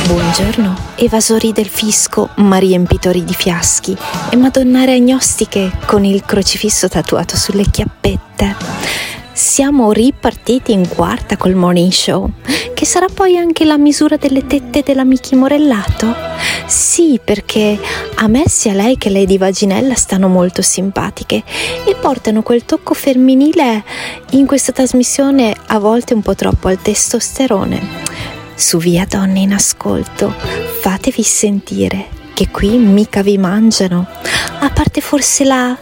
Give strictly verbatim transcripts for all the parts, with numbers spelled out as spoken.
Buongiorno, evasori del fisco ma riempitori di fiaschi e madonnare agnostiche con il crocifisso tatuato sulle chiappette. Siamo ripartiti in quarta col morning show, che sarà poi anche la misura delle tette della Miki Morellato? Sì, perché a me sia lei che Lady Vaginella stanno molto simpatiche e portano quel tocco femminile in questa trasmissione a volte un po' troppo al testosterone. Su via donne in ascolto, fatevi sentire che qui mica vi mangiano, a parte forse la...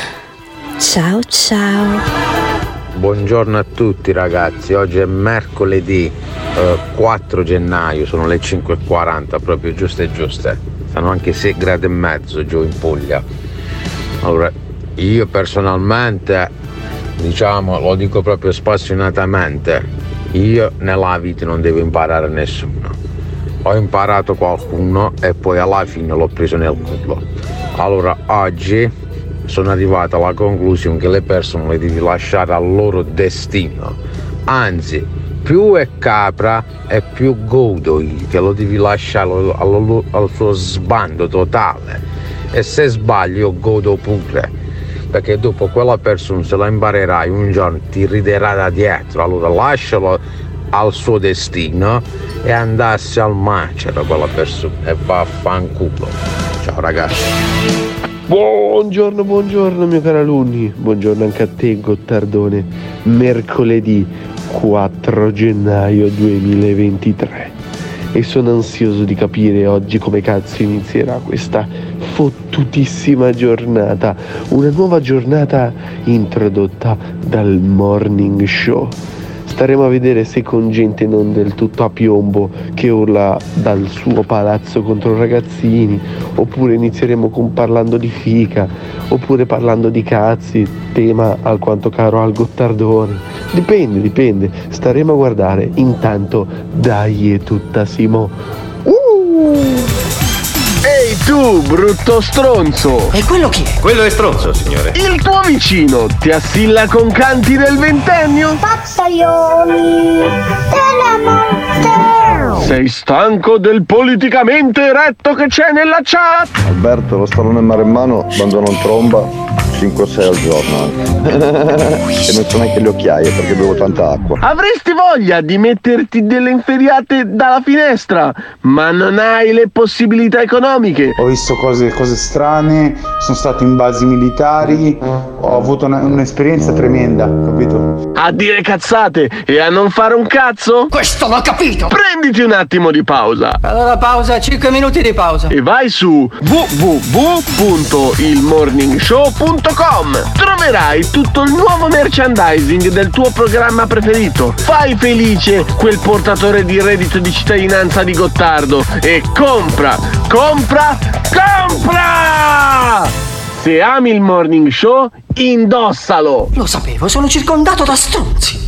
Ciao ciao. Buongiorno a tutti ragazzi, oggi è mercoledì eh, quattro gennaio, sono le cinque e quaranta, proprio giuste giuste, stanno anche sei gradi e mezzo giù in Puglia. Allora, io personalmente, diciamo, lo dico proprio spassionatamente, io nella vita non devo imparare nessuno, ho imparato qualcuno e poi alla fine l'ho preso nel culo. Allora oggi sono arrivato alla conclusione che le persone le devi lasciare al loro destino, anzi più è capra e più godo io, che lo devi lasciare al, al, al suo sbando totale, e se sbagli io godo pure, perché dopo quella persona, se la imparerai un giorno, ti riderà da dietro. Allora lascialo al suo destino e andassi al macero quella persona e vaffanculo. Ciao ragazzi. Buongiorno, buongiorno mio caro alunni, buongiorno anche a te Gottardone. Mercoledì quattro gennaio duemilaventitré e sono ansioso di capire oggi come cazzo inizierà questa fottutissima giornata, una nuova giornata introdotta dal morning show. Staremo a vedere se con gente non del tutto a piombo che urla dal suo palazzo contro ragazzini, oppure inizieremo con parlando di fica, oppure parlando di cazzi, tema alquanto caro al Gottardone. Dipende, dipende, staremo a guardare. Intanto dai è tutta Simo. Uh! Ehi tu, brutto stronzo! E quello chi è? Quello è stronzo, signore. Il tuo vicino ti assilla con canti del ventennio? Pazzaioli della morte! Sei stanco del politicamente eretto che c'è nella chat? Alberto, lo stallone maremmano abbandona un tromba cinque o sei al giorno anche. E non so neanche le occhiaie perché bevo tanta acqua. Avresti voglia di metterti delle inferriate dalla finestra, ma non hai le possibilità economiche. Ho visto cose, cose strane, sono stato in basi militari, ho avuto una, un'esperienza tremenda, capito? A dire cazzate e a non fare un cazzo? Questo l'ho capito! Prenditi un attimo di pausa. Allora pausa, cinque minuti di pausa. E vai su w w w punto il morning show punto com. Troverai tutto il nuovo merchandising del tuo programma preferito. Fai felice quel portatore di reddito di cittadinanza di Gottardo e compra, compra, compra! Se ami il morning show, indossalo! Lo sapevo, sono circondato da stronzi.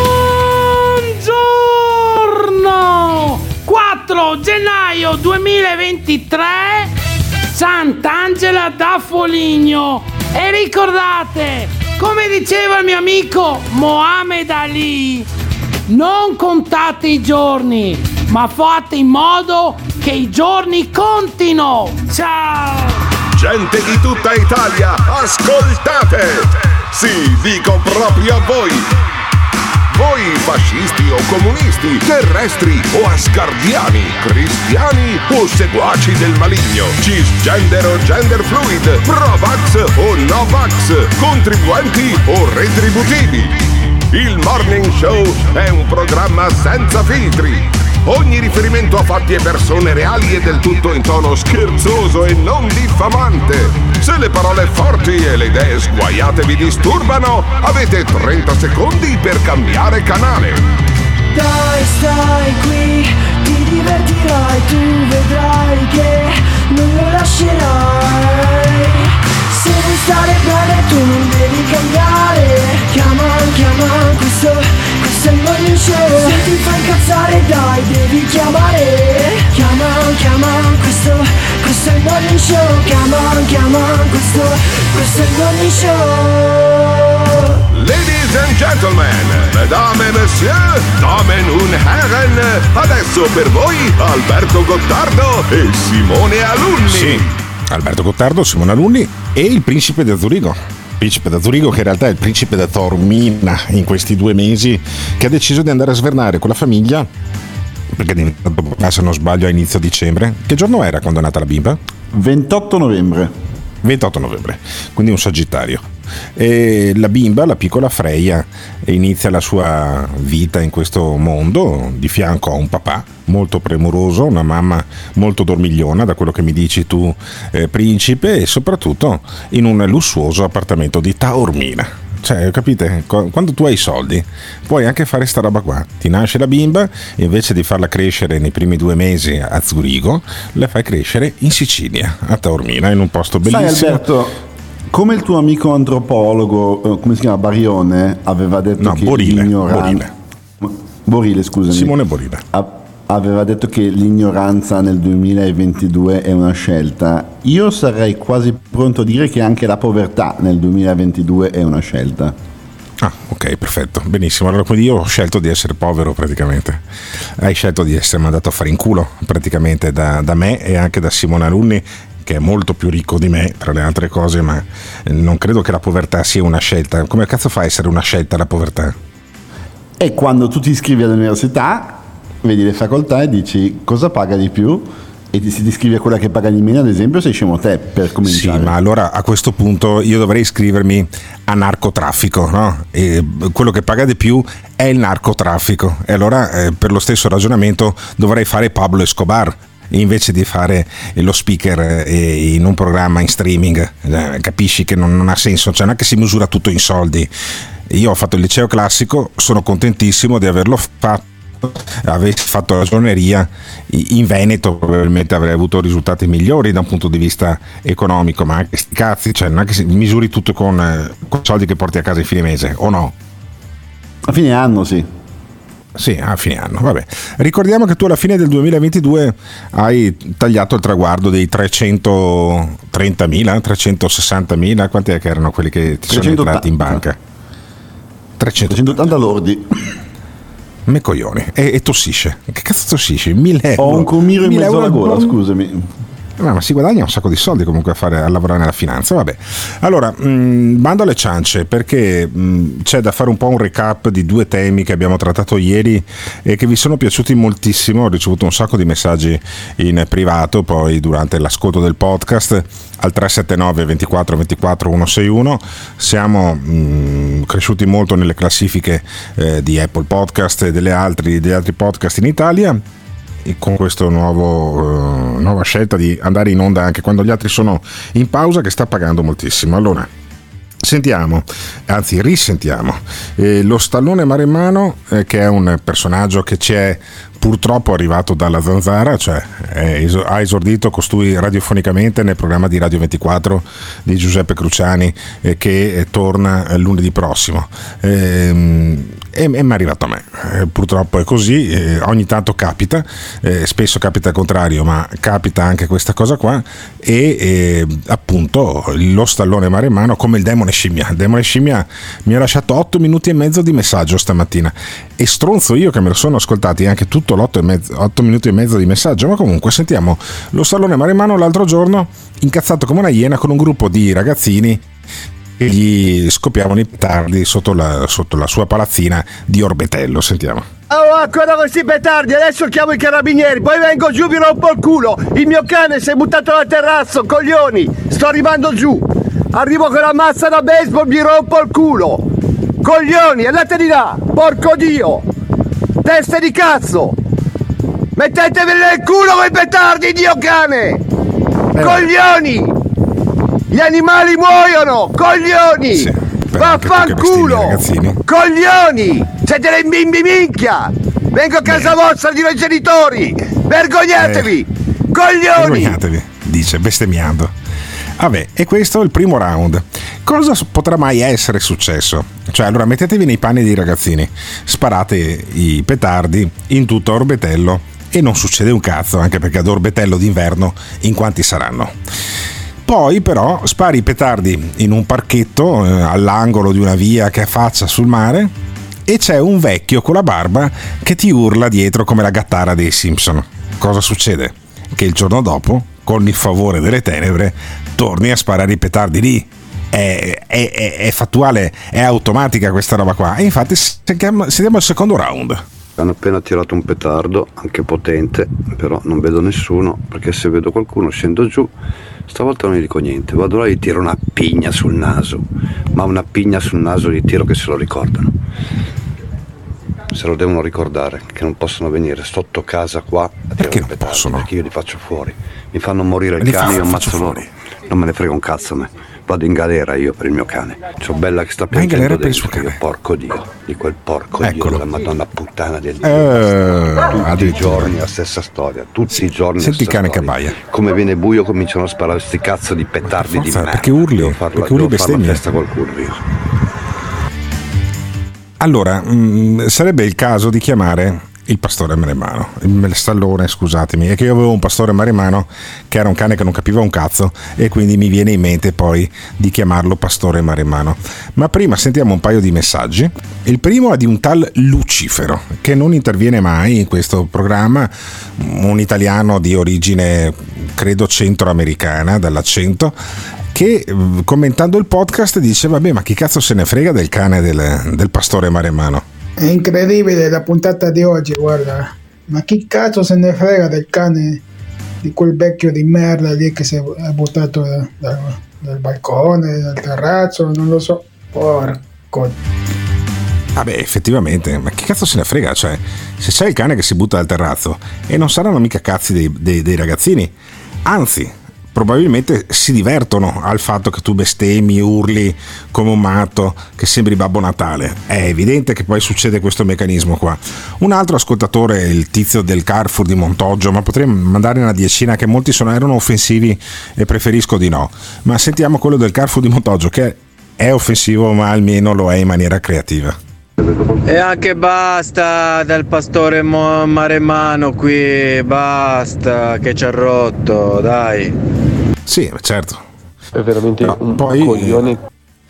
Buongiorno! quattro gennaio duemilaventitré, Sant'Angela da Foligno. E ricordate, come diceva il mio amico Mohammed Ali, non contate i giorni, ma fate in modo che i giorni contino. Ciao! Gente di tutta Italia, ascoltate! Sì, dico proprio a voi! Voi fascisti o comunisti, terrestri o asgardiani, cristiani o seguaci del maligno, cisgender o gender fluid, pro-vax o no-vax, contribuenti o retributivi. Il Morning Show è un programma senza filtri. Ogni riferimento a fatti e persone reali è del tutto in tono scherzoso e non diffamante. Se le parole forti e le idee sguaiate vi disturbano, avete trenta secondi per cambiare canale. Dai, stai qui, ti divertirai, tu vedrai che non lo lascerai. Se vuoi stare bene tu non devi cambiare. Chiama, chiama, questo, questo è il morning show. Se ti fai incazzare dai, devi chiamare. Chiama, chiama, questo, questo è il morning show. Chiama, chiama, questo, questo è il morning show. Ladies and gentlemen, mesdames et messieurs, damen und herren, adesso per voi Alberto Gottardo e Simone Alunni. Sì, Alberto Gottardo, Simone Alunni e il principe di Zurigo. Principe da Zurigo, che in realtà è il principe da Taormina in questi due mesi, che ha deciso di andare a svernare con la famiglia, perché è diventato papà, se non sbaglio, a inizio dicembre. Che giorno era quando è nata la bimba? ventotto novembre. ventotto novembre, quindi un Sagittario. E la bimba, la piccola Freya, inizia la sua vita in questo mondo di fianco a un papà molto premuroso, una mamma molto dormigliona, da quello che mi dici tu, eh, principe, e soprattutto in un lussuoso appartamento di Taormina. Cioè, capite? Quando tu hai i soldi puoi anche fare sta roba qua. Ti nasce la bimba, invece di farla crescere nei primi due mesi a Zurigo, la fai crescere in Sicilia, a Taormina, in un posto bellissimo. Sai, Alberto, come il tuo amico antropologo, come si chiama, Barione, aveva detto no, che Borile, l'ignoranza... Borile. Borile, scusami. Simone Borile. A- aveva detto che l'ignoranza nel duemilaventidue è una scelta. Io sarei quasi pronto a dire che anche la povertà nel duemilaventidue è una scelta. Ah, ok, perfetto, benissimo. Allora, quindi io ho scelto di essere povero praticamente. Hai scelto di essere mandato a fare in culo praticamente da, da me e anche da Simone Alunni, che è molto più ricco di me, tra le altre cose, ma non credo che la povertà sia una scelta. Come cazzo fa a essere una scelta la povertà? E quando tu ti iscrivi all'università, vedi le facoltà e dici cosa paga di più, e ti, se ti iscrivi a quella che paga di meno, ad esempio, sei scemo te, per cominciare. Sì, ma allora a questo punto io dovrei iscrivermi a narcotraffico, no? E quello che paga di più è il narcotraffico, e allora eh, per lo stesso ragionamento dovrei fare Pablo Escobar invece di fare lo speaker eh, in un programma in streaming. Eh, capisci che non, non ha senso, cioè non è che si misura tutto in soldi. Io ho fatto il liceo classico, sono contentissimo di averlo fatto. Avessi fatto ragioneria in Veneto probabilmente avrei avuto risultati migliori da un punto di vista economico, ma anche sti cazzi, cioè non è che si misuri tutto con, eh, con soldi che porti a casa in fine mese, o no? A fine anno, sì. Sì, a fine anno, vabbè. Ricordiamo che tu alla fine del duemilaventidue hai tagliato il traguardo dei trecentotrentamila, trecentosessantamila, quanti è che erano quelli che ti sono entrati in banca? trecentottanta lordi. Me coglioni, e, e tossisce. Che cazzo tossisce? mille euro. Ho un comiro in mezzo alla gola, al... scusami. Ma, ma si guadagna un sacco di soldi comunque a, fare, a lavorare nella finanza, vabbè. Allora, mh, bando alle ciance, perché mh, c'è da fare un po' un recap di due temi che abbiamo trattato ieri e che vi sono piaciuti moltissimo. Ho ricevuto un sacco di messaggi in privato, poi durante l'ascolto del podcast al tre sette nove ventiquattro ventiquattro centosessantuno. Siamo mh, cresciuti molto nelle classifiche eh, di Apple Podcast e delle altri, degli altri podcast in Italia, con questa uh, nuova scelta di andare in onda anche quando gli altri sono in pausa, che sta pagando moltissimo. Allora, sentiamo, anzi risentiamo eh, lo Stallone Maremmano, eh, che è un personaggio che ci è purtroppo arrivato dalla zanzara, cioè è, ha esordito costui radiofonicamente nel programma di Radio ventiquattro di Giuseppe Cruciani, eh, che eh, torna eh, lunedì prossimo. Ehm, e mi è arrivato a me, eh, purtroppo è così, eh, ogni tanto capita, eh, spesso capita il contrario, ma capita anche questa cosa qua, e eh, appunto lo Stallone Maremmano, come il demone scimmia. Il demone scimmia mi ha lasciato otto minuti e mezzo di messaggio stamattina, e stronzo io che me lo sono ascoltati anche tutto l'otto e mezzo, otto minuti e mezzo di messaggio. Ma comunque sentiamo lo Stallone Maremmano l'altro giorno incazzato come una iena con un gruppo di ragazzini che gli scoppiavano i petardi sotto la, sotto la sua palazzina di Orbetello. Sentiamo. Oh, ancora questi petardi, adesso chiamo i carabinieri, poi vengo giù, vi rompo il culo. Il mio cane si è buttato dal terrazzo, coglioni, sto arrivando giù. Arrivo con la mazza da baseball, vi rompo il culo. Coglioni, andate di là, porco Dio. Teste di cazzo. Mettetevi nel culo quei petardi, Dio cane. Coglioni. Gli animali muoiono, coglioni! Sì, vaffanculo! Coglioni! Siete dei bimbi minchia! Vengo a casa Beh. vostra, dirò ai genitori! Vergognatevi! Eh, coglioni! Vergognatevi, dice, bestemmiando. Vabbè, e questo è il primo round. Cosa potrà mai essere successo? Cioè, allora mettetevi nei panni dei ragazzini, sparate i petardi in tutto Orbetello e non succede un cazzo, anche perché ad Orbetello d'inverno in quanti saranno? Poi però spari i petardi in un parchetto eh, all'angolo di una via che affaccia sul mare e c'è un vecchio con la barba che ti urla dietro come la gattara dei Simpson. Cosa succede? Che il giorno dopo, con il favore delle tenebre, torni a sparare i petardi lì. È, è, è, è fattuale, è automatica questa roba qua. E infatti sentiamo il secondo round. Hanno appena tirato un petardo, anche potente, però non vedo nessuno, perché se vedo qualcuno scendo giù. Stavolta non gli dico niente, vado là e gli tiro una pigna sul naso, ma una pigna sul naso gli tiro che se lo ricordano. Se lo devono ricordare, che non possono venire sotto casa qua a tirare non petardi, possono? Perché io li faccio fuori. Mi fanno morire il cane, io ammazzo loro. Non me ne frega un cazzo a me. Vado in galera io per il mio cane. C'ho Bella che sta piangendo dentro, per il suo cane. Io porco Dio, di quel porco Eccolo. Dio della Madonna puttana del Dio. Eh, tutti i giorni la stessa storia, tutti i giorni Senti il cane storia. Che abbaia. Come viene buio cominciano a sparare sti cazzo di petardi forza, di merda. Perché urli, devo farla, perché urli devo fare la bestemmie. testa qualcuno io. Allora, mh, sarebbe il caso di chiamare il pastore maremmano, il stallone, scusatemi, è che io avevo un pastore maremmano che era un cane che non capiva un cazzo e quindi mi viene in mente poi di chiamarlo pastore maremmano. Ma prima sentiamo un paio di messaggi. Il primo è di un tal Lucifero che non interviene mai in questo programma, un italiano di origine credo centroamericana dall'accento, che commentando il podcast dice vabbè, ma chi cazzo se ne frega del cane del, del pastore maremmano. È incredibile la puntata di oggi, guarda. Ma chi cazzo se ne frega del cane di quel vecchio di merda lì che si è buttato da, da, dal balcone, dal terrazzo, non lo so. Porco. Vabbè, effettivamente, ma chi cazzo se ne frega? Cioè, se c'è il cane che si butta dal terrazzo e non saranno mica cazzi dei, dei, dei ragazzini, anzi, probabilmente si divertono al fatto che tu bestemmi, urli come un matto, che sembri Babbo Natale. È evidente che poi succede questo meccanismo qua. Un altro ascoltatore, il tizio del Carrefour di Montoggio, ma potrei mandare una decina che molti sono, erano offensivi e preferisco di no. Ma sentiamo quello del Carrefour di Montoggio, che è offensivo ma almeno lo è in maniera creativa. E anche basta del pastore maremmano qui, basta che ci ha rotto, dai. Sì, certo. È veramente no, un poi, coglione.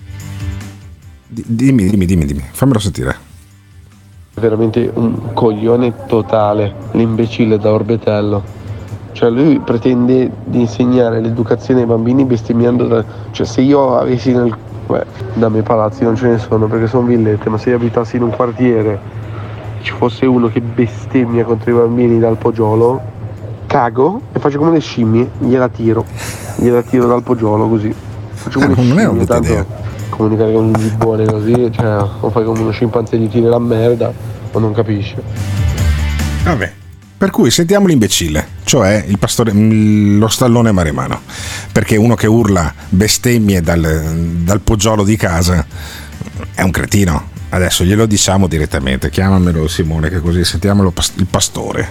Dimmi, dimmi, dimmi, dimmi, fammelo sentire. È veramente un coglione totale, l'imbecille da Orbetello. Cioè lui pretende di insegnare l'educazione ai bambini bestemmiando da... Cioè se io avessi nel... Beh, da me palazzi non ce ne sono perché sono villette, ma se io abitassi in un quartiere ci fosse uno che bestemmia contro i bambini dal poggiolo, cago e faccio come le scimmie, gliela tiro, gliela tiro dal poggiolo così. Faccio come eh, le non scimmie, è una buona idea. Comunicare con un gibbone così, cioè o fai come uno scimpanzé gli tiri la merda o non capisce. Vabbè. Per cui sentiamo l'imbecille, cioè il pastore, lo stallone maremmano, perché uno che urla bestemmie dal, dal poggiolo di casa è un cretino. Adesso glielo diciamo direttamente, chiamamelo Simone, che così sentiamolo il pastore.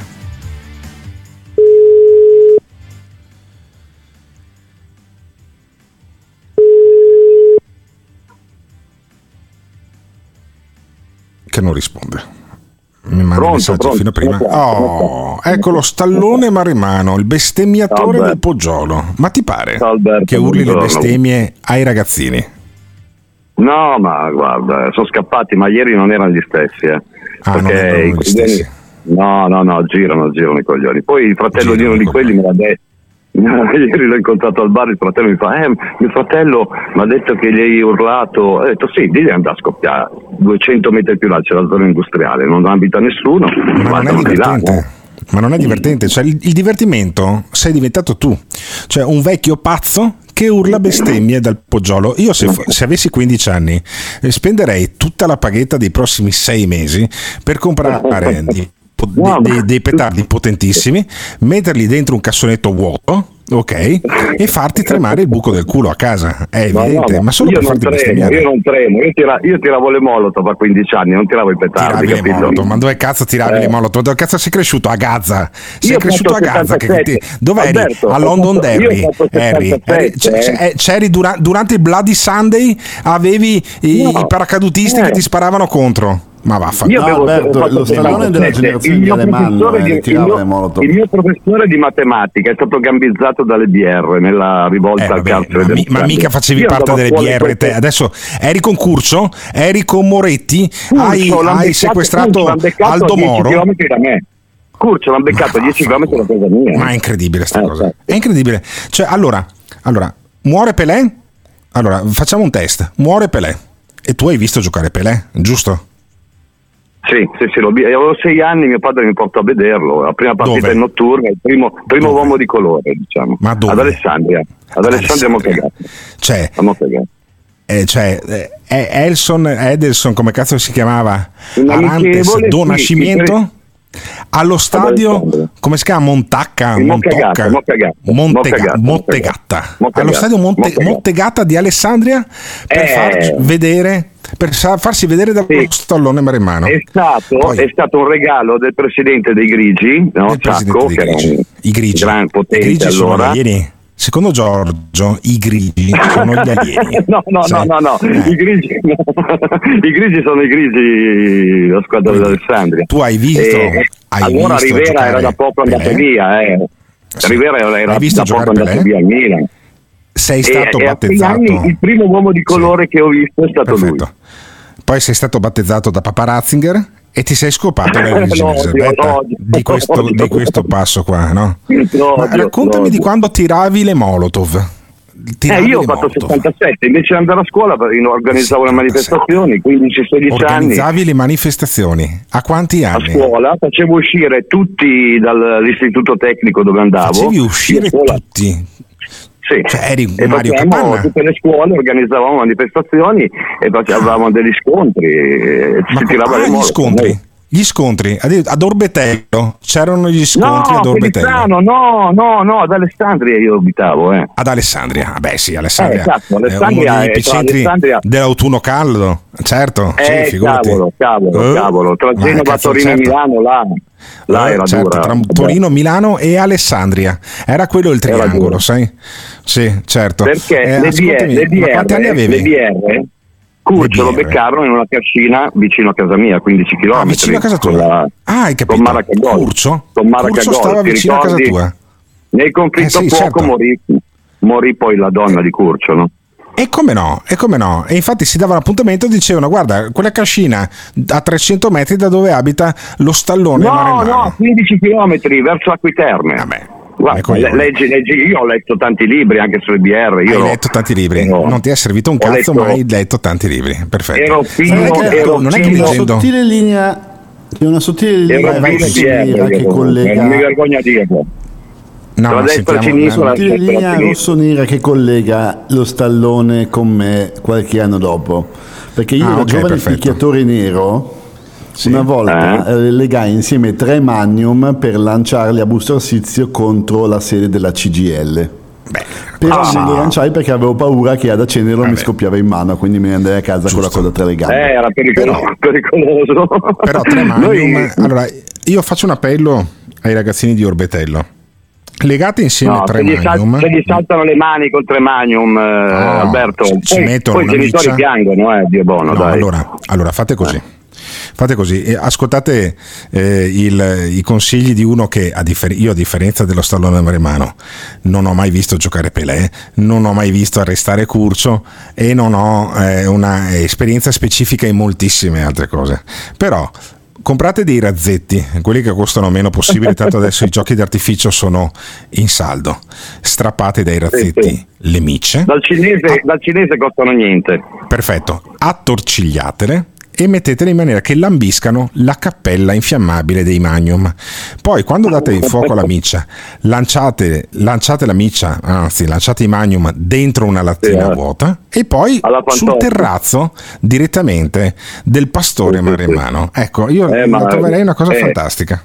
Che non risponde. Mi manda un messaggio pronto, fino a prima. Oh, ecco lo stallone maremmano, il bestemmiatore del poggiolo. Ma ti pare Alberto, che urli buongiorno. Le bestemmie ai ragazzini? No, ma guarda, sono scappati, ma ieri non erano gli stessi, eh. Ah, perché non erano i gli coglioni... stessi. No, no, no, girano, girano i coglioni. Poi il fratello Girano di uno di quelli me l'ha detto. Ieri l'ho incontrato al bar, il fratello mi fa eh, mio fratello mi ha detto che gli hai urlato, ho detto sì, digli andare a scoppiare duecento metri più là c'è la zona industriale, non abita nessuno, ma non è divertente là, ma non è divertente, cioè il, il divertimento sei diventato tu, cioè un vecchio pazzo che urla bestemmie dal poggiolo. Io se, se avessi quindici anni spenderei tutta la paghetta dei prossimi sei mesi per comprare di Dei, dei, dei petardi potentissimi, metterli dentro un cassonetto vuoto, ok, e farti tremare il buco del culo a casa, è evidente, no, no, ma solo per farti tremo, bestemmiare. Io non tremo, io, tira, io tiravo le molotov a quindici anni, non tiravo i petardi, tiravi le molotov, ma dove cazzo tiravi eh. le molotov? Dove cazzo sei cresciuto? A Gaza? Sei io cresciuto a Gaza? Che ti, dove eri? Alberto, a Londonderry? Eri, eri, eh. c'eri dura, durante il Bloody Sunday, avevi i, no. i paracadutisti eh. che ti sparavano contro. Ma vaffanculo. Io avevo Alberto, fatto lo Stallone della sette, generazione il di mio Alemanno, professore eh, di- il tirava mio- le molotov. il mio professore di matematica è stato gambizzato dalle B R nella rivolta Eh, al vabbè, carcere ma, dello mi- ma Scambio. mica facevi Io parte andavo delle a scuola B R in te. Adesso eri con Curcio, eri con Moretti, Curcio, hai, l'hanno hai beccato- sequestrato Curcio l'hanno beccato Aldo a dieci Moro. chilometri da me. Curcio l'hanno beccato a dieci chilometri da casa mia. Ma è incredibile sta Eh, cosa. certo. È incredibile. Cioè, allora, allora, muore Pelé? Allora, facciamo un test. Muore Pelé. E tu hai visto giocare Pelé, giusto? Sì, sì, sì, lo vi- avevo sei anni, mio padre mi portò a vederlo, la prima partita Dove? in notturna, il primo, primo uomo di colore, diciamo. Ma dove? Ad Alessandria. Ad Alessandria Montegato. Cioè, A Montegato. eh, cioè eh, è Elson, Edelson, come cazzo si chiamava? Un Arantes amichevole, do sì, Nascimento? Allo stadio, Alessandria. come si chiama? Montacca? Il Montocca? Moccagatta, Moccagatta, Montega- Moccagatta, Mottegatta. Moccagatta. Allo stadio Monte- Moccagatta. Mottegatta di Alessandria per Eh. farci vedere, per sa- farsi vedere dallo Stallone Maremmano. È stato, Poi- è stato un regalo del presidente dei Grigi, no? Del presidente Sacco, dei che era Grigi. un I Grigi. gran I potente Grigi sono allora. gli alieni. Secondo Giorgio, i Grigi sono gli alieni. no, no, Sai? no, no, no. Eh. I, grigi, no. I grigi sono i grigi, la squadra Quindi, dell'Alessandria. tu hai visto- Eh, hai allora visto Rivera giocare era da poco andato Pelé? via, eh. Sì. Rivera era, era Hai visto da poco giocare andato Pelé? via al Milan. Sei E- stato e a sei battezzato. anni il primo uomo di colore Sì. che ho visto è stato Perfetto. Poi sei stato battezzato da Papa Ratzinger e ti sei scopato la regina L'odio, Elisabetta l'odio, di, questo, l'odio. di questo passo qua, no? lui. Ma L'odio, raccontami di l'odio. quando tiravi le Molotov. Eh, Tiravi io ho le fatto Molotov. settantasette, invece di andare a scuola organizzavo le manifestazioni, quindici sedici anni. Organizzavi le manifestazioni. A quanti A anni? scuola facevo uscire tutti dall'istituto tecnico dove andavo. Facevi uscire In scuola- tutti. Sì. Cioè, eri E Mario facevamo Capanna. tutte le scuole, organizzavamo manifestazioni e facevamo degli scontri. E Ma si co- tirava ah, le gli molle. scontri. Gli scontri ad, ad Orbetello c'erano gli scontri No, ad Orbetello. Feliciano, no, no, no, ad Alessandria io abitavo, eh. Ad Alessandria, ah, beh sì, Alessandria, Eh, esatto, è Alessandria uno degli è tra epicentri Alessandria- dell'autunno caldo, certo, Eh, sì, figurati. cavolo, cavolo, Eh, cavolo. Tra ma Genova, cazzo, Torino certo. e Milano, là, là Eh, era certo, dura. tra Torino, Milano e Alessandria, era quello il Era triangolo, dura. sai? Sì, certo. Perché Eh, le, ascoltami, D R, le ma quanti anni D R, avevi? le D R, Curcio lo Le D R? beccarono in una cascina vicino a casa mia, quindici chilometri. Ah, vicino a casa tua? con la- Ah, hai capito. Con Maracagol. Curcio? Con Maracagol, Curcio stava ti vicino a casa ricordi? tua. Nel conflitto Eh, sì, poco certo. morì, morì poi la donna di Curcio, no? E come no? E come no? E infatti si dava l'appuntamento e dicevano guarda, quella cascina a trecento metri da dove abita lo Stallone No, Maremmano. no, quindici chilometri verso Acquiterme. Vabbè. Guarda, come le- coglioni. leggi, leggi, io ho letto tanti libri anche sulle B R. Io Hai ero- letto tanti libri, ero- non ti è servito un ho cazzo, letto- ma hai letto tanti libri. Perfetto. Ero fino, non è che, ero non è che fino- Una leggendo. sottile linea, c'è una sottile ero linea fino a rosso B R, nera che io, collega non mi vergogno a dirlo. No, Tra ma destra e sentiamo- sinistra, no, sottile destra e linea sinistra. rosso-nera che collega lo Stallone con me qualche anno dopo. Perché io Ah, ero ok, giovane perfetto. picchiatore nero. Sì. Una volta eh, legai insieme tre Magnum per lanciarli a Busto Arsizio contro la sede della C G L. Beh, Però Ah. non li lanciai perché avevo paura che ad accenderlo mi Vabbè. scoppiava in mano, quindi me ne andai a casa con la Giusto. coda tra le gambe. Eh, era pericoloso. pericoloso. però tre Magnum. Noi- Allora, io faccio un appello ai ragazzini di Orbetello. Legate insieme No, tre se, gli sal- Magnum. se gli saltano le mani col tre Magnum, eh, Alberto, ci- ci poi, mettono poi i una genitori miccia. piangono, eh, Dio buono, No, dai. allora, allora fate così. Fate così, e ascoltate eh, il- i consigli di uno che, a differ- io a differenza dello Stallone Maremmano, non ho mai visto giocare Pelé, non ho mai visto arrestare Curcio e non ho eh, una esperienza specifica in moltissime altre cose. Però comprate dei razzetti, quelli che costano meno possibile, tanto adesso i giochi d'artificio sono in saldo. Strappate dai razzetti Sì, sì. le micce. Dal cinese, dal cinese costano niente. Perfetto, attorcigliatele e mettetele in maniera che lambiscano la cappella infiammabile dei Magnum. Poi quando date il fuoco alla miccia, lanciate, lanciate la miccia, anzi lanciate i Magnum dentro una lattina Sì, eh. vuota e poi Alla sul Fantozzi. terrazzo direttamente del pastore Sì, sì, Maremmano. Ecco, io Eh, la ma- troverei una cosa eh. fantastica.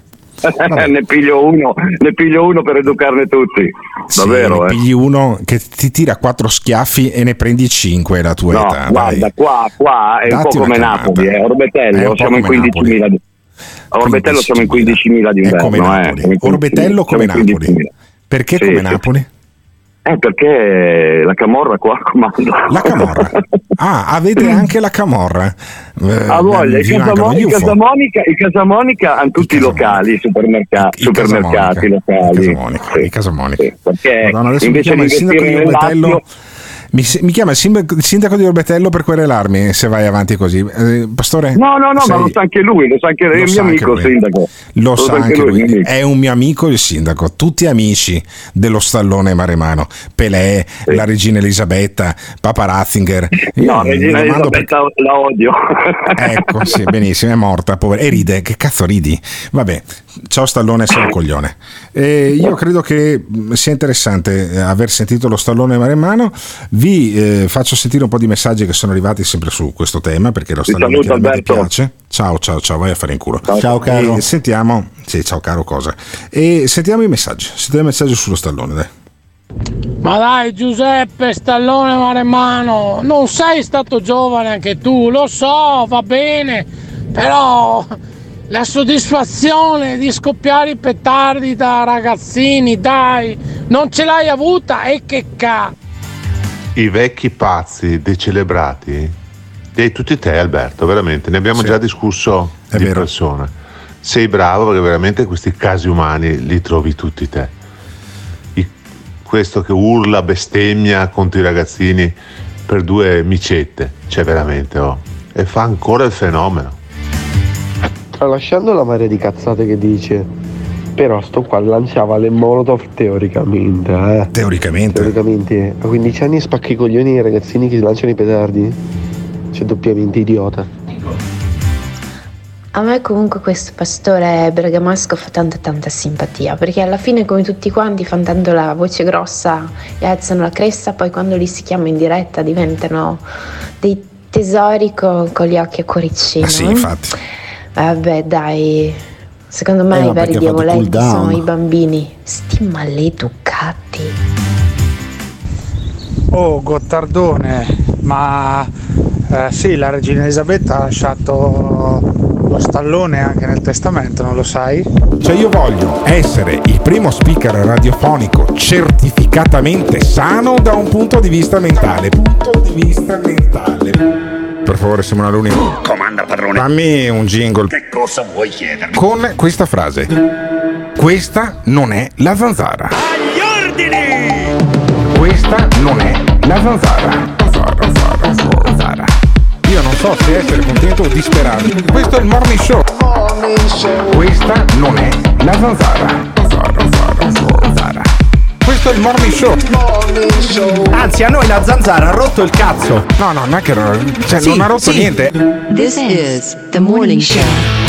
ne piglio uno, ne piglio uno per educarne tutti. Sì, Davvero, ne eh. pigli uno che ti tira quattro schiaffi e ne prendi cinque la tua No, età. guarda, dai. qua, qua è un Datti po' come una Napoli, calmata. eh. È Orbetello, un po' siamo in come quindicimila. di- A Orbetello siamo in quindicimila di È inverno. come eh. Napoli. Siamo in Orbetello come siamo in Napoli. quindicimila. Perché Sì, come sì. Napoli? Eh, perché la camorra qua comanda. La camorra? Ah, avete anche la camorra. Eh, A voglia, il vi mancano Casamonica, gli il U F O. Casamonica, il Casamonica hanno tutti i locali, supermercati, supermercati locali. Il Casamonica, il Casamonica. Sì, perché Madonna, adesso mi invece chiama di il sindaco di investire Orbetello. nell'Lazio, Mi, mi chiama il sindaco, il sindaco di Orbetello per querelarmi se vai avanti così. Eh, Pastore? no, no, no, sei- ma lo sa anche lui, lo sa anche lui, è Lo il sa mio anche amico il lui. sindaco. Lo sa anche il lui, mio amico. è un mio amico il sindaco, tutti amici dello stallone maremano, Pelé, la regina Elisabetta, Papa Ratzinger. Io No, mi Regina domando Elisabetta la odio. Ecco, sì, benissimo, è morta, povera. E ride, che cazzo ridi? Vabbè, ciao Stallone, sei un coglione. E io credo che mh, sia interessante eh, aver sentito lo Stallone maremmano. Vi eh, faccio sentire un po' di messaggi che sono arrivati sempre su questo tema, perché lo Ti Stallone saluto, chiaramente Alberto. piace. Ciao, ciao, ciao, vai a fare in culo. Ciao, caro. E sentiamo, sì, ciao caro cosa. E sentiamo i messaggi, sentiamo i messaggi sullo Stallone, dai. Ma dai Giuseppe Stallone maremmano, non sei stato giovane anche tu, lo so, va bene, però la soddisfazione di scoppiare i petardi da ragazzini, dai, non ce l'hai avuta e che ca... I vecchi pazzi decelebrati, li hai tutti te Alberto, veramente, ne abbiamo Sì. già discusso È di vero. persona. Sei bravo perché veramente questi casi umani li trovi tutti te. I- questo che urla, bestemmia contro i ragazzini per due micette, cioè veramente, oh, e fa ancora il fenomeno. Tralasciando la marea di cazzate che dice, però sto qua lanciava le molotov teoricamente, eh. Teoricamente. Teoricamente, a quindici anni spacchi i coglioni ai ragazzini che lanciano i petardi? C'è doppiamente idiota. A me comunque questo pastore bergamasco fa tanta tanta simpatia, perché alla fine come tutti quanti fanno tanto la voce grossa e alzano la cresta, poi quando li si chiama in diretta diventano dei tesori co- con gli occhi a cuoricino. Ah, sì, infatti. Vabbè dai, secondo me Eh, i ma veri perché ha fatto diavoletti cool down. sono i bambini, sti maleducati. Oh Gottardone, ma eh, sì, la regina Elisabetta ha lasciato lo stallone anche nel testamento, non lo sai? Cioè io voglio essere il primo speaker radiofonico certificatamente sano da un punto di vista mentale. Punto di vista mentale. Per favore Simona Luni, Comanda padrone. fammi un jingle Che cosa vuoi chiedermi? con questa frase. Questa non è la zanzara. Agli ordini! Questa non è la zanzara. Zanzara, zanzara, zanzara. Io non so se essere contento o disperato. Questo è il morning show. Questa non è la zanzara. Zanzara, zanzara, zanzara. Questo è il morning show. Anzi, a noi la zanzara ha rotto il cazzo. No, no, non è che non, cioè, Sì, non ha rotto sì. niente. This is the morning show.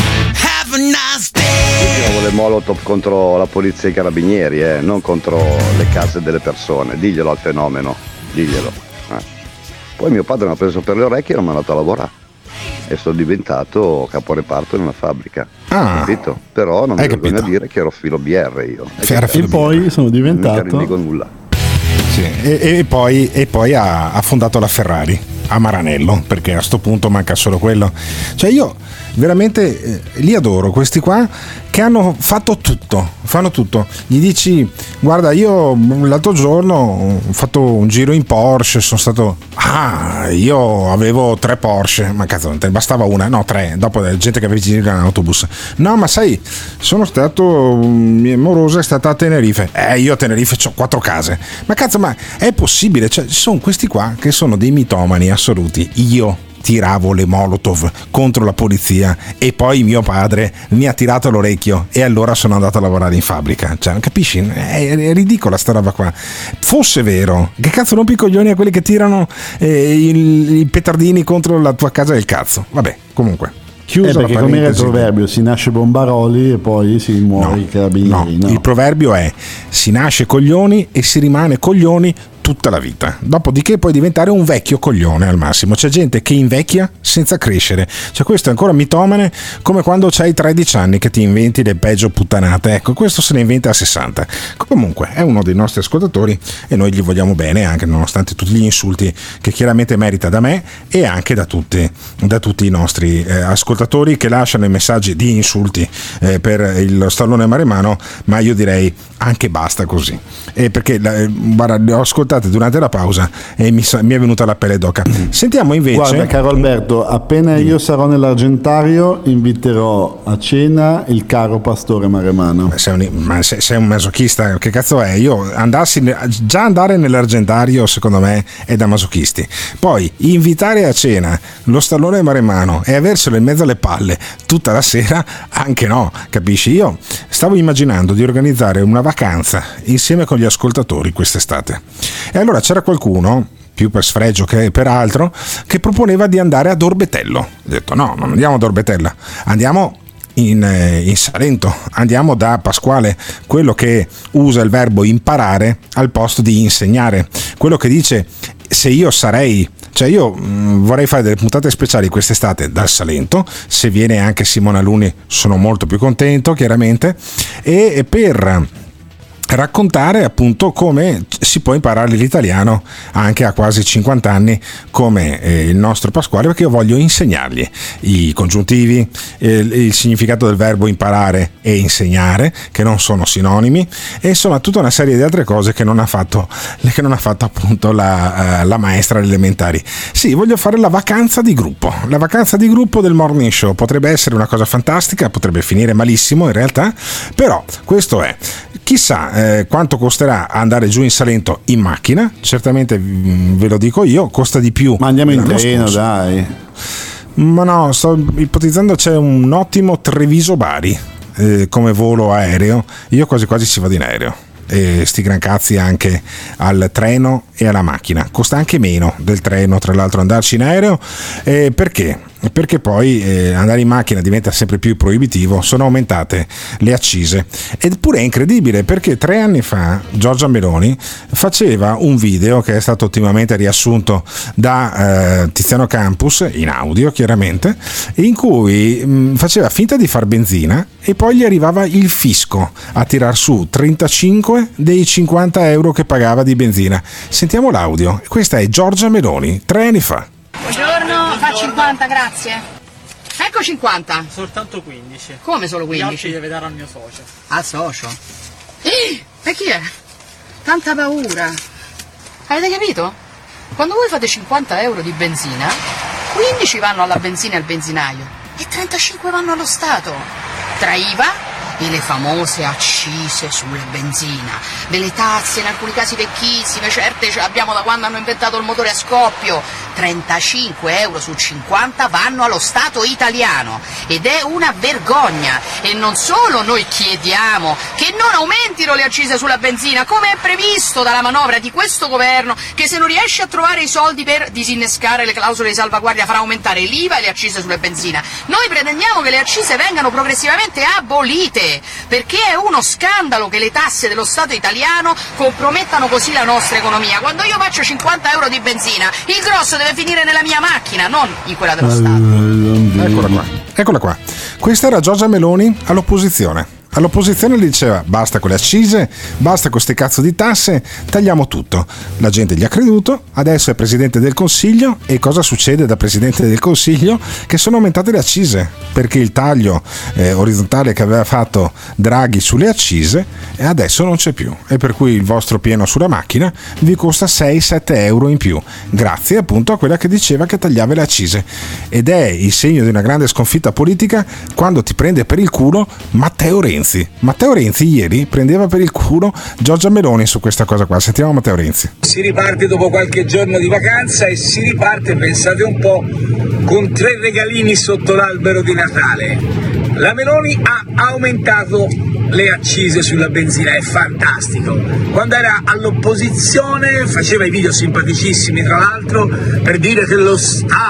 Tiravo le molotov contro la polizia e i carabinieri, eh, non contro le case delle persone. Diglielo al fenomeno, diglielo. eh. Poi mio padre mi ha preso per le orecchie e l'ho mandato a lavorare. E sono diventato caporeparto in una fabbrica. Ah. Capito? Però non Hai mi vergogno a capito. dire che ero filo B R io. Era filo E poi sono Non mi diventato rinnego nulla. Sì, e, e poi, e poi ha, ha fondato la Ferrari a Maranello, perché a sto punto manca solo quello. Cioè io veramente eh, li adoro questi qua che hanno fatto tutto, fanno tutto. Gli dici guarda, io l'altro giorno ho fatto un giro in Porsche, sono stato ah io avevo tre Porsche, ma cazzo te ne bastava una, no tre, dopo la gente che aveva girato in autobus. No, ma sai, sono stato, mia morosa è stata a Tenerife, eh io a Tenerife ho quattro case, ma cazzo, ma è possibile? Cioè ci sono questi qua che sono dei mitomani assoluti. Io tiravo le molotov contro la polizia e poi mio padre mi ha tirato l'orecchio e allora sono andato a lavorare in fabbrica. Cioè, capisci? È, è ridicola sta roba qua. Fosse vero, che cazzo rompi i coglioni a quelli che tirano eh, i, i petardini contro la tua casa del cazzo. Vabbè, comunque. Chiuso Eh, la perché come era il parentesi. proverbio, si nasce Bombaroli e poi si muore i carabinieri. No, Il proverbio è: si nasce coglioni e si rimane coglioni tutta la vita, dopodiché puoi diventare un vecchio coglione al massimo. C'è gente che invecchia senza crescere, cioè questo è ancora mitomane, come quando c'hai tredici anni che ti inventi le peggio puttanate. Ecco, questo se ne inventa a sessanta. Comunque è uno dei nostri ascoltatori e noi gli vogliamo bene, anche nonostante tutti gli insulti che chiaramente merita da me e anche da tutti, da tutti i nostri eh, ascoltatori che lasciano i messaggi di insulti eh, per il stallone maremmano, ma io direi anche basta così, eh, perché eh, guarda, le ho ascoltate durante la pausa e mi, mi è venuta la pelle d'oca. Sentiamo invece. Guarda caro Alberto, appena io sarò nell'Argentario inviterò a cena il caro pastore maremmano. Sei un, ma sei, sei un masochista, che cazzo è? Io andassi già andare nell'Argentario secondo me è da masochisti, poi invitare a cena lo stallone maremmano e averselo in mezzo alle palle tutta la sera, anche no, capisci? Io stavo immaginando di organizzare una vacanza insieme con gli ascoltatori quest'estate e allora c'era qualcuno, più per sfregio che per altro, che proponeva di andare ad Orbetello. Ho detto no, non andiamo ad Orbetella, andiamo in, in Salento, andiamo da Pasquale, quello che usa il verbo imparare al posto di insegnare, quello che dice se io sarei, cioè io mh, vorrei fare delle puntate speciali quest'estate dal Salento, se viene anche Simona Luni sono molto più contento chiaramente, e, e per raccontare appunto come si può imparare l'italiano anche a quasi cinquanta anni come eh, il nostro Pasquale, perché io voglio insegnargli i congiuntivi, eh, il significato del verbo imparare e insegnare, che non sono sinonimi, e insomma tutta una serie di altre cose che non ha fatto, che non ha fatto appunto la, uh, la maestra alle elementari. Sì, voglio fare la vacanza di gruppo, la vacanza di gruppo del Morning Show. Potrebbe essere una cosa fantastica, potrebbe finire malissimo in realtà, però questo è. Chissà eh, quanto costerà andare giù in Salento in macchina, certamente mh, ve lo dico io, costa di più. Ma andiamo in treno, dai. Ma no, sto ipotizzando, c'è un ottimo Treviso-Bari eh, come volo aereo, io quasi quasi ci vado in aereo. E sti gran cazzi anche al treno e alla macchina, costa anche meno del treno tra l'altro andarci in aereo, eh, perché? Perché poi eh, andare in macchina diventa sempre più proibitivo, sono aumentate le accise, eppure è incredibile perché tre anni fa Giorgia Meloni faceva un video che è stato ultimamente riassunto da eh, Tiziano Campus in audio chiaramente, in cui mh, faceva finta di far benzina e poi gli arrivava il fisco a tirar su trentacinque dei cinquanta euro che pagava di benzina. Sentiamo l'audio, questa è Giorgia Meloni tre anni fa. Buongiorno, fa cinquanta, grazie. Ecco cinquanta. Soltanto quindici. Come solo quindici? Gli altri deve dare al mio socio. Al socio? Eh, e chi è? Tanta paura. Avete capito? Quando voi fate cinquanta euro di benzina, quindici vanno alla benzina e al benzinaio e trentacinque vanno allo Stato. Tra I V A e le famose accise sulle benzina, delle tasse in alcuni casi vecchissime, certe ce l'abbiamo da quando hanno inventato il motore a scoppio. trentacinque euro su cinquanta vanno allo Stato italiano ed è una vergogna. E non solo noi chiediamo che non aumentino le accise sulla benzina come è previsto dalla manovra di questo governo, che se non riesce a trovare i soldi per disinnescare le clausole di salvaguardia farà aumentare l'I V A e le accise sulle benzina. Noi pretendiamo che le accise vengano progressivamente abolite, perché è uno scandalo che le tasse dello Stato italiano compromettano così la nostra economia. Quando io faccio cinquanta euro di benzina, il grosso deve finire nella mia macchina, non in quella dello Stato. Eccola qua, eccola qua. Questa era Giorgia Meloni all'opposizione. All'opposizione gli diceva basta con le accise, basta con queste cazzo di tasse, tagliamo tutto. La gente gli ha creduto, adesso è Presidente del Consiglio e cosa succede da Presidente del Consiglio? Che sono aumentate le accise, perché il taglio eh, orizzontale che aveva fatto Draghi sulle accise e adesso non c'è più, e per cui il vostro pieno sulla macchina vi costa sei sette euro in più, grazie appunto a quella che diceva che tagliava le accise. Ed è il segno di una grande sconfitta politica quando ti prende per il culo Matteo Renzi. Matteo Renzi ieri prendeva per il culo Giorgia Meloni su questa cosa qua. Sentiamo Matteo Renzi. Si riparte dopo qualche giorno di vacanza e si riparte, pensate un po', con tre regalini sotto l'albero di Natale. La Meloni ha aumentato le accise sulla benzina, è fantastico. Quando era all'opposizione faceva i video simpaticissimi tra l'altro per dire che lo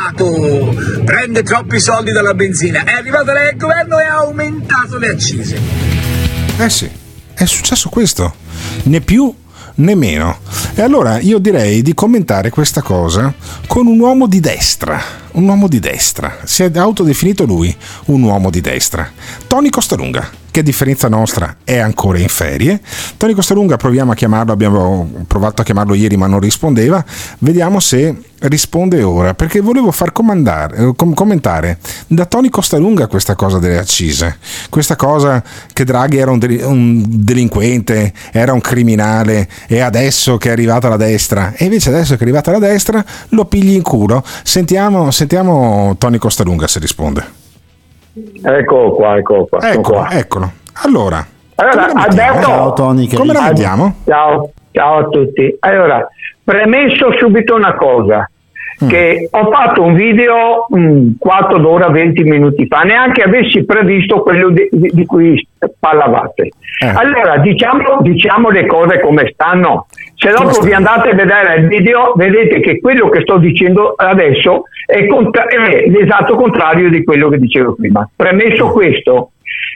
Stato prende troppi soldi dalla benzina. È arrivata lei al governo e ha aumentato le accise. Eh sì, è successo questo, né più né meno. E allora io direi di commentare questa cosa con un uomo di destra, un uomo di destra, si è autodefinito lui un uomo di destra, Tony Costalunga, che a differenza nostra è ancora in ferie. Tony Costalunga, proviamo a chiamarlo, abbiamo provato a chiamarlo ieri ma non rispondeva, vediamo se risponde ora, perché volevo far comandare, com- commentare da Tony Costalunga questa cosa delle accise, questa cosa che Draghi era un, del- un delinquente, era un criminale, e adesso che è arrivata la destra, e invece adesso che è arrivata la destra lo pigli in culo. Sentiamo, sentiamo Tony Costalunga se risponde. Eccolo qua, eccolo qua. Eccolo, qua. eccolo. Allora, allora come la mettiamo? detto, Ciao Tony, che come la mettiamo? Ciao, ciao a tutti. Allora, premesso subito una cosa, mm. che ho fatto un video un quarto d'ora, venti minuti fa, neanche avessi previsto quello di, di, di cui parlavate. Eh. Allora, diciamo, diciamo le cose come stanno. Se dopo vi andate a vedere il video, vedete che quello che sto dicendo adesso è, contra- è l'esatto contrario di quello che dicevo prima. Premesso questo,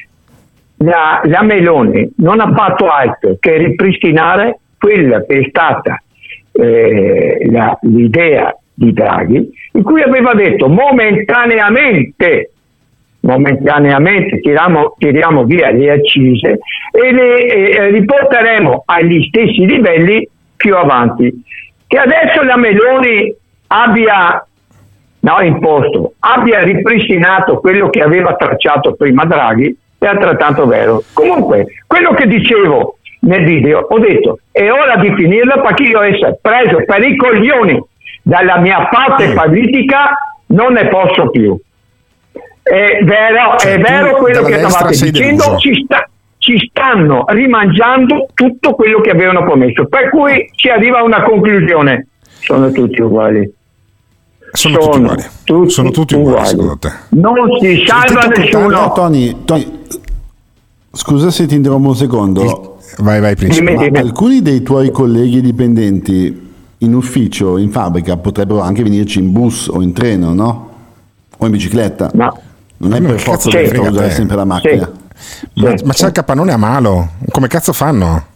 la, la Meloni non ha fatto altro che ripristinare quella che è stata eh, la, l'idea di Draghi, in cui aveva detto momentaneamente momentaneamente tiriamo, tiriamo via le accise e le eh, riporteremo agli stessi livelli più avanti. Che adesso la Meloni abbia no, imposto, abbia ripristinato quello che aveva tracciato prima Draghi è altrettanto vero. Comunque, quello che dicevo nel video, ho detto è ora di finirla, perché io essere preso per i coglioni dalla mia parte politica non ne posso più. È vero, cioè, è vero quello che stavate dicendo, ci, sta, ci stanno rimangiando tutto quello che avevano promesso, per cui si arriva a una conclusione: sono tutti uguali. Sono, sono tutti uguali. Tutti sono tutti uguali, uguali secondo te? Non si salva nessuno. No, Tony, Tony, scusa se ti interrompo un secondo. Vai, vai, principe. Ma dimmi. Alcuni dei tuoi colleghi dipendenti in ufficio, in fabbrica, potrebbero anche venirci in bus o in treno, no? O in bicicletta. No. Non è per forza che devono usare sempre la macchina. Sì. Ma, ma c'è il capannone a Malo, come cazzo fanno?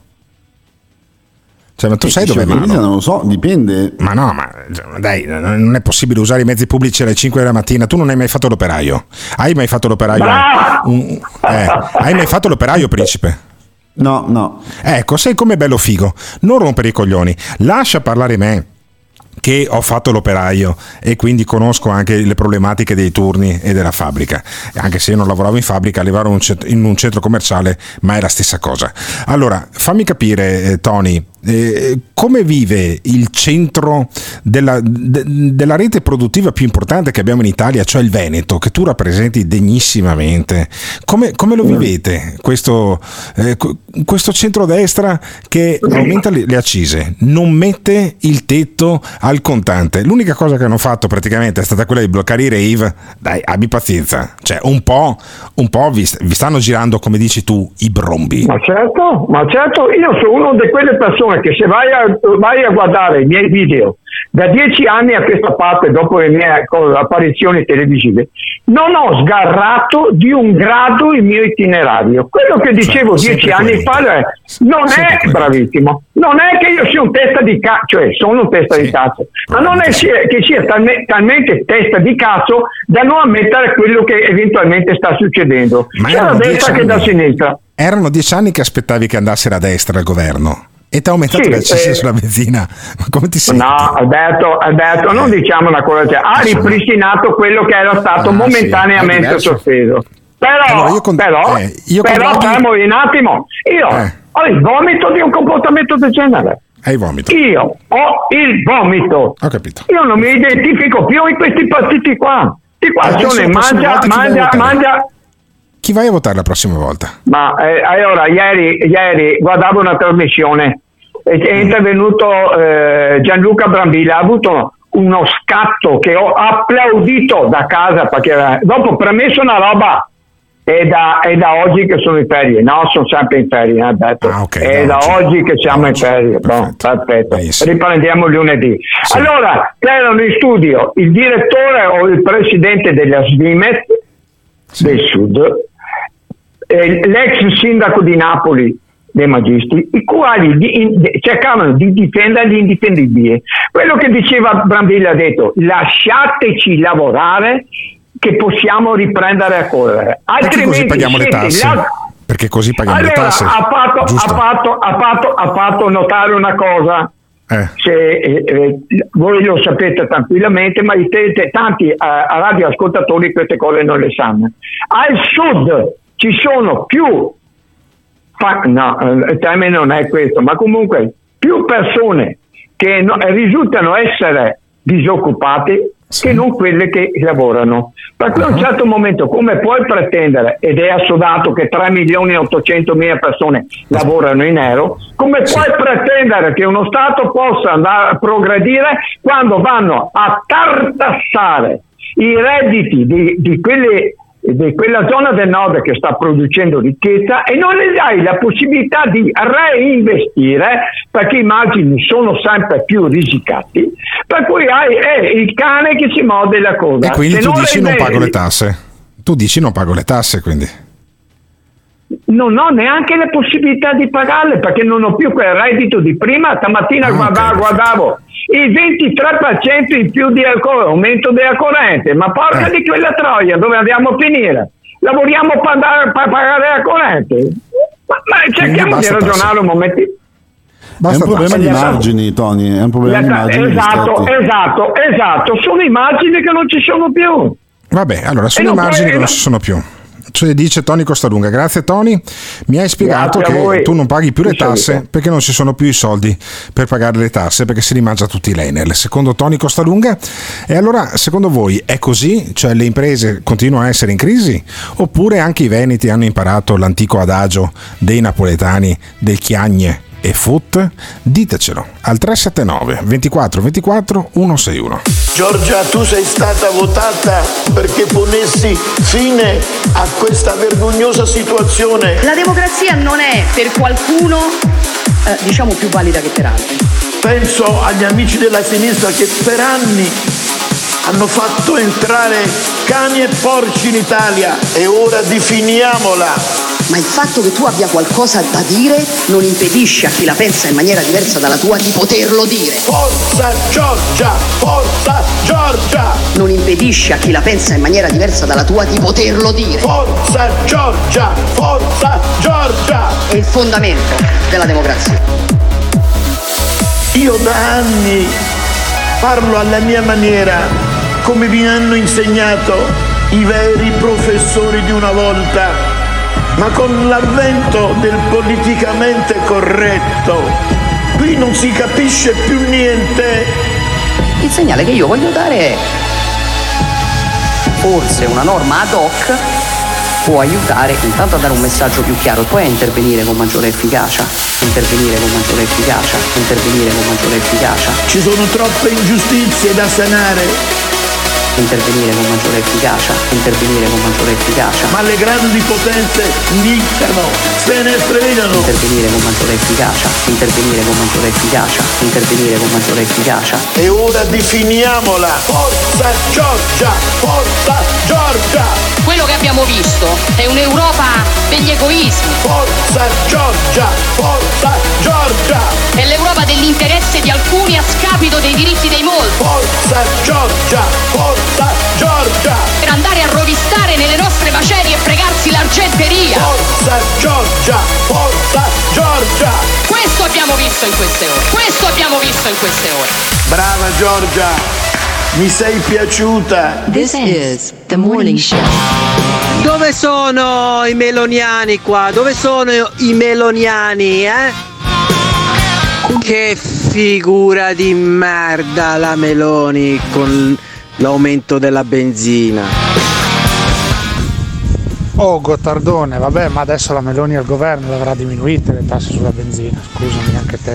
Cioè, ma tu e sai dove è Malo? Non lo so, dipende. Ma no, ma dai, non è possibile usare i mezzi pubblici alle cinque della mattina. Tu non hai mai fatto l'operaio? Hai mai fatto l'operaio? Ah! Un, eh, hai mai fatto l'operaio, principe? No, no. Ecco, sei come bello figo. Non rompere i coglioni. Lascia parlare me, che ho fatto l'operaio e quindi conosco anche le problematiche dei turni e della fabbrica, anche se io non lavoravo in fabbrica, lavoravo in un centro commerciale, ma è la stessa cosa. Allora, fammi capire, eh, Tony, eh, come vive il centro della, de, della rete produttiva più importante che abbiamo in Italia, cioè il Veneto, che tu rappresenti degnissimamente. Come, come lo vivete questo, eh, questo centrodestra che aumenta le, le accise, non mette il tetto al contante? L'unica cosa che hanno fatto praticamente è stata quella di bloccare i rave. Dai, abbi pazienza, cioè un po', un po' vi, vi stanno girando, come dici tu, i brombi. Ma certo, ma certo, io sono uno di quelle persone che se vai a, vai a guardare i miei video da dieci anni a questa parte, dopo le mie apparizioni televisive, non ho sgarrato di un grado il mio itinerario. Quello che dicevo cioè, dieci anni fa è, non sempre è quello. Bravissimo, non è che io sia un testa di cazzo, cioè sono un testa sì. di cazzo, ma non è sia, che sia talme, talmente testa di cazzo da non ammettere quello che eventualmente sta succedendo, ma sia da destra che da sinistra. Erano dieci anni che aspettavi che andasse a destra il governo. E ti ha aumentato sì, le accise eh, sulla benzina, ma come ti senti? No, Alberto, Alberto, non diciamo una cosa, cioè, ha ripristinato quello che era stato ah, momentaneamente sì, sospeso. Però, allora, io con, però, eh, io però fermo un attimo, io eh. ho il vomito di un comportamento del genere. Hai vomito? Io ho il vomito. Ho capito. Io non mi identifico più in questi partiti qua. Di qua sono mangia, mangia, mangia. Chi vai a votare la prossima volta? Ma eh, allora ieri, ieri guardavo una trasmissione e è intervenuto eh, Gianluca Brambilla, ha avuto uno scatto che ho applaudito da casa, perché dopo premesso una roba è da, è da oggi che sono in ferie, no, sono sempre in ferie, ha detto. Ah, okay, è da, da oggi, oggi che siamo oggi. in ferie. Perfetto. Bon, perfetto. Riprendiamo lunedì. Sì. Allora c'erano in studio il direttore o il presidente della Svimet sì. del Sud, l'ex sindaco di Napoli dei magisti, i quali di, in, de, cercavano di difendere gli indifendibili. Quello che diceva Brambilla ha detto: lasciateci lavorare che possiamo riprendere a correre. Perché così paghiamo le tasse? La... Perché così paghiamo allora, le tasse? Ha fatto, ha, fatto, ha, fatto, ha fatto notare una cosa. Eh. Se, eh, eh, voi lo sapete tranquillamente, ma i te, te, tanti eh, radioascoltatori queste cose non le sanno. Al sud ci sono più fa, no, il termine non è questo, ma comunque più persone che no, risultano essere disoccupati sì. che non quelle che lavorano. Per cui uh-huh. a un certo momento come puoi pretendere, ed è assodato che tre milioni e ottocentomila persone lavorano in nero, come sì. puoi pretendere che uno Stato possa andare a progredire quando vanno a tartassare i redditi di, di quelle di quella zona del nord che sta producendo ricchezza e non le dai la possibilità di reinvestire, perché i margini sono sempre più risicati, per cui hai è il cane che si morde la coda. E quindi se tu non dici non pago le tasse, tu dici non pago le tasse, quindi non ho neanche le possibilità di pagarle perché non ho più quel reddito di prima. Stamattina ah, guardavo, okay, guardavo il ventitré per cento in più di aumento della corrente, ma porca eh. di quella troia, dove andiamo a finire? Lavoriamo per, andare, per pagare la corrente? Ma, ma cerchiamo di ragionare un momento. Basta, è un problema di margini, Tony, è un problema di margini. Esatto, esatto, esatto, sono i margini che non ci sono più. Vabbè, allora sono i margini puoi, che non ci sono più. Cioè, dice Tony Costalunga. Grazie Tony, mi hai spiegato che tu non paghi più le tasse perché non ci sono più i soldi per pagare le tasse, perché si rimangia tutti l'Enel, secondo Tony Costalunga. E allora secondo voi è così? Cioè le imprese continuano a essere in crisi oppure anche i veneti hanno imparato l'antico adagio dei napoletani del chiagne e foot? Ditecelo al tre sette nove ventiquattro ventiquattro centosessantuno. Giorgia, tu sei stata votata perché ponessi fine a questa vergognosa situazione. La democrazia non è per qualcuno eh, diciamo più valida che per altri. Penso agli amici della sinistra che per anni hanno fatto entrare cani e porci in Italia e ora definiamola. Ma il fatto che tu abbia qualcosa da dire non impedisce a chi la pensa in maniera diversa dalla tua di poterlo dire. Forza Giorgia! Forza Giorgia! Non impedisce a chi la pensa in maniera diversa dalla tua di poterlo dire. Forza Giorgia! Forza Giorgia! È il fondamento della democrazia. Io da anni parlo alla mia maniera, come mi hanno insegnato i veri professori di una volta. Ma con l'avvento del politicamente corretto, qui non si capisce più niente. Il segnale che io voglio dare è: forse una norma ad hoc può aiutare intanto a dare un messaggio più chiaro e poi a intervenire con maggiore efficacia, intervenire con maggiore efficacia, intervenire con maggiore efficacia. Ci sono troppe ingiustizie da sanare. Intervenire con maggiore efficacia, intervenire con maggiore efficacia. Ma le grandi potenze dictano, se ne stregano. Intervenire con maggiore efficacia, intervenire con maggiore efficacia, intervenire con maggiore efficacia. E ora definiamola. Forza Giorgia, forza Giorgia. Quello che abbiamo visto è un'Europa degli egoismi. Forza Giorgia, forza Giorgia. È l'Europa dell'interesse di alcuni a scapito dei diritti dei molti. Forza Giorgia, forza Giorgia. Per andare a rovistare nelle nostre macerie e fregarsi l'argenteria. Forza Giorgia, forza Giorgia. Questo abbiamo visto in queste ore. Questo abbiamo visto in queste ore. Brava Giorgia, mi sei piaciuta. This is the morning show. Dove sono i meloniani qua? Dove sono i meloniani, eh? Che figura di merda la Meloni con l'aumento della benzina. Oh Gottardone, vabbè, ma adesso la Meloni al governo le avrà diminuite le tasse sulla benzina, scusami anche te.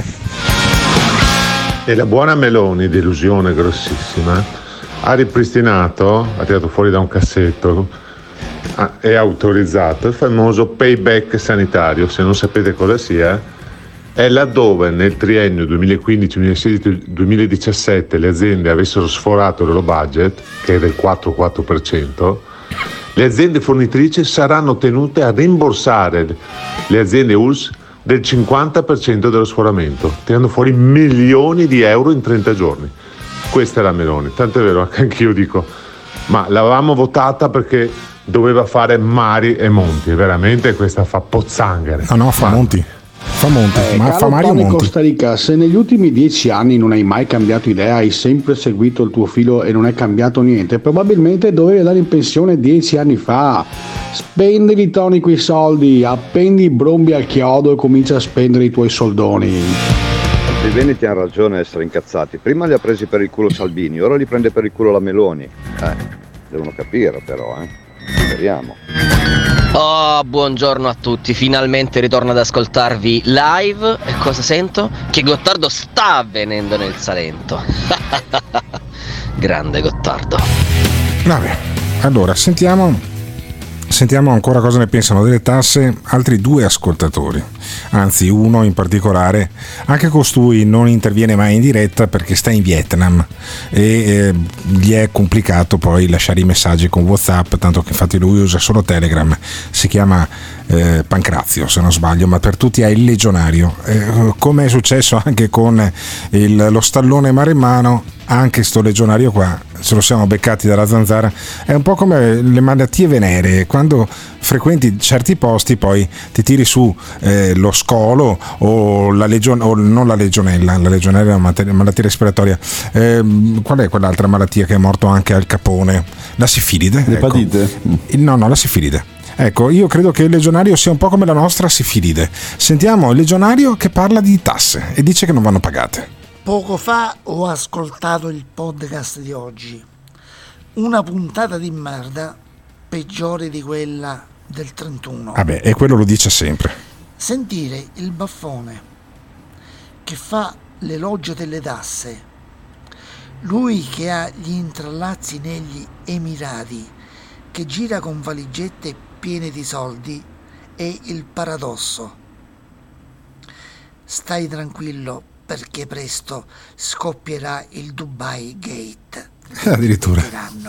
E la buona Meloni, delusione grossissima, ha ripristinato, ha tirato fuori da un cassetto e ha autorizzato il famoso payback sanitario. Se non sapete cosa sia, è laddove nel triennio duemilaquindici duemiladiciassette le aziende avessero sforato il loro budget, che è del quattro virgola quattro per cento, le aziende fornitrici saranno tenute a rimborsare le aziende U L S S del cinquanta per cento dello sforamento, tirando fuori milioni di euro in trenta giorni. Questa è la Meloni, tanto è vero che anch'io dico, ma l'avevamo votata perché doveva fare mari e monti, veramente questa fa pozzanghere. No, no, fa ma... monti. Fa Monti, Eh, ma fa Mario Tony Monti. Costa Rica, se negli ultimi dieci anni non hai mai cambiato idea, hai sempre seguito il tuo filo e non hai cambiato niente, probabilmente dovevi andare in pensione dieci anni fa. Spendili, Tony, quei soldi, appendi i brombi al chiodo e comincia a spendere i tuoi soldoni. I veneti hanno ragione a essere incazzati. Prima li ha presi per il culo Salvini, ora li prende per il culo la Meloni. Eh, devono capire però, eh. Speriamo. Oh, buongiorno a tutti, finalmente ritorno ad ascoltarvi live e cosa sento? Che Gottardo sta avvenendo nel Salento. Grande Gottardo. Vabbè, allora sentiamo Sentiamo ancora cosa ne pensano delle tasse altri due ascoltatori, anzi uno in particolare. Anche costui non interviene mai in diretta perché sta in Vietnam e eh, gli è complicato poi lasciare i messaggi con WhatsApp, tanto che infatti lui usa solo Telegram. Si chiama eh, Pancrazio se non sbaglio, ma per tutti è il legionario, eh, come è successo anche con il, lo stallone maremmano. Anche sto legionario qua ce lo siamo beccati dalla zanzara. È un po' come le malattie veneree, quando frequenti certi posti poi ti tiri su eh, lo scolo o la legion- o non la legionella la legionella è una mat- malattia respiratoria. Eh, qual è quell'altra malattia che è morto anche Al Capone? La sifilide, l'epatite. Ecco. No no la sifilide. Ecco, io credo che il legionario sia un po' come la nostra sifilide. Sentiamo il legionario che parla di tasse e dice che non vanno pagate. Poco fa ho ascoltato il podcast di oggi, una puntata di merda peggiore di quella del trentuno. Vabbè, e quello lo dice sempre. Sentire il baffone che fa l'elogio delle tasse, lui che ha gli intrallazzi negli Emirati, che gira con valigette piene di soldi, è il paradosso. Stai tranquillo, perché presto scoppierà il Dubai Gate. Addirittura.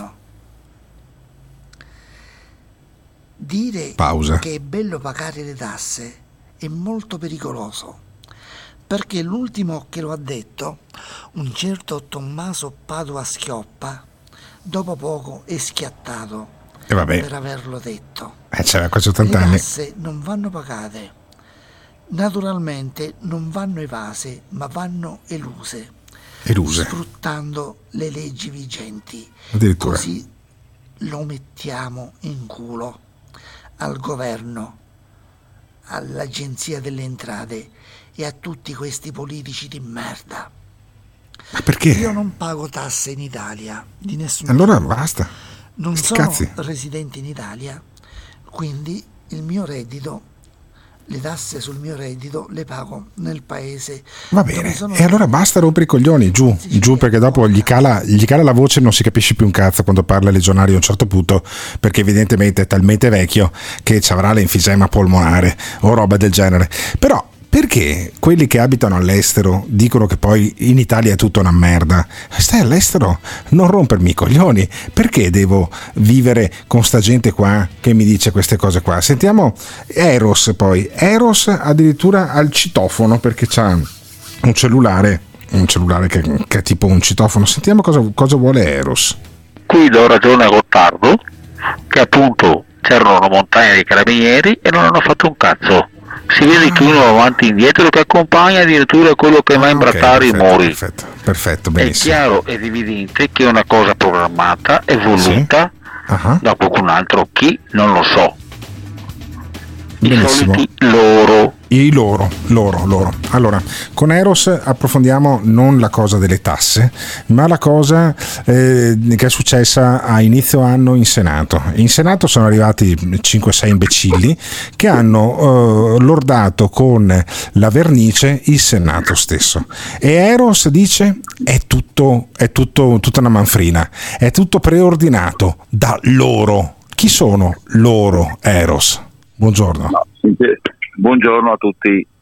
Dire Pausa. che è bello pagare le tasse è molto pericoloso, perché l'ultimo che lo ha detto, un certo Tommaso Padoa-Schioppa, dopo poco è schiattato E vabbè. per averlo detto. Eh, c'era quasi ottanta Le anni. tasse non vanno pagate. Naturalmente non vanno evase, ma vanno eluse, Eluse. sfruttando le leggi vigenti. Addirittura. Così lo mettiamo in culo al governo, all'agenzia delle entrate e a tutti questi politici di merda. Ma perché? Io non pago tasse in Italia di nessun Allora tipo. basta. Non Sti sono cazzi. residente in Italia, quindi il mio reddito, le tasse sul mio reddito le pago nel paese. Va bene, e allora basta rompere i coglioni, giù, giù, perché dopo gli cala, gli cala la voce e non si capisce più un cazzo quando parla il legionario a un certo punto, perché evidentemente è talmente vecchio che ci avrà l'enfisema polmonare o roba del genere. Però perché quelli che abitano all'estero dicono che poi in Italia è tutta una merda? Stai all'estero? Non rompermi i coglioni. Perché devo vivere con sta gente qua che mi dice queste cose qua? Sentiamo Eros poi. Eros addirittura al citofono perché c'ha un cellulare, un cellulare che, che è tipo un citofono. Sentiamo cosa, cosa vuole Eros. Qui do ragione a Gottardo, che appunto c'erano una montagna di carabinieri e non hanno fatto un cazzo. Si vede che uno va avanti e indietro, che accompagna addirittura quello che va a imbrattare Ok, i perfetto, muri. Perfetto, perfetto, È benissimo. chiaro ed evidente che è una cosa programmata e voluta Ah, da qualcun altro, chi non lo so. I benissimo. soliti loro. I loro, loro, loro. Allora, con Eros approfondiamo non la cosa delle tasse, ma la cosa eh, che è successa a inizio anno in Senato. In Senato sono arrivati cinque sei imbecilli che hanno eh, lordato con la vernice il Senato stesso. E Eros dice è tutto, è tutto, tutta una manfrina, è tutto preordinato da loro. Chi sono loro, Eros? Buongiorno. Buongiorno a tutti.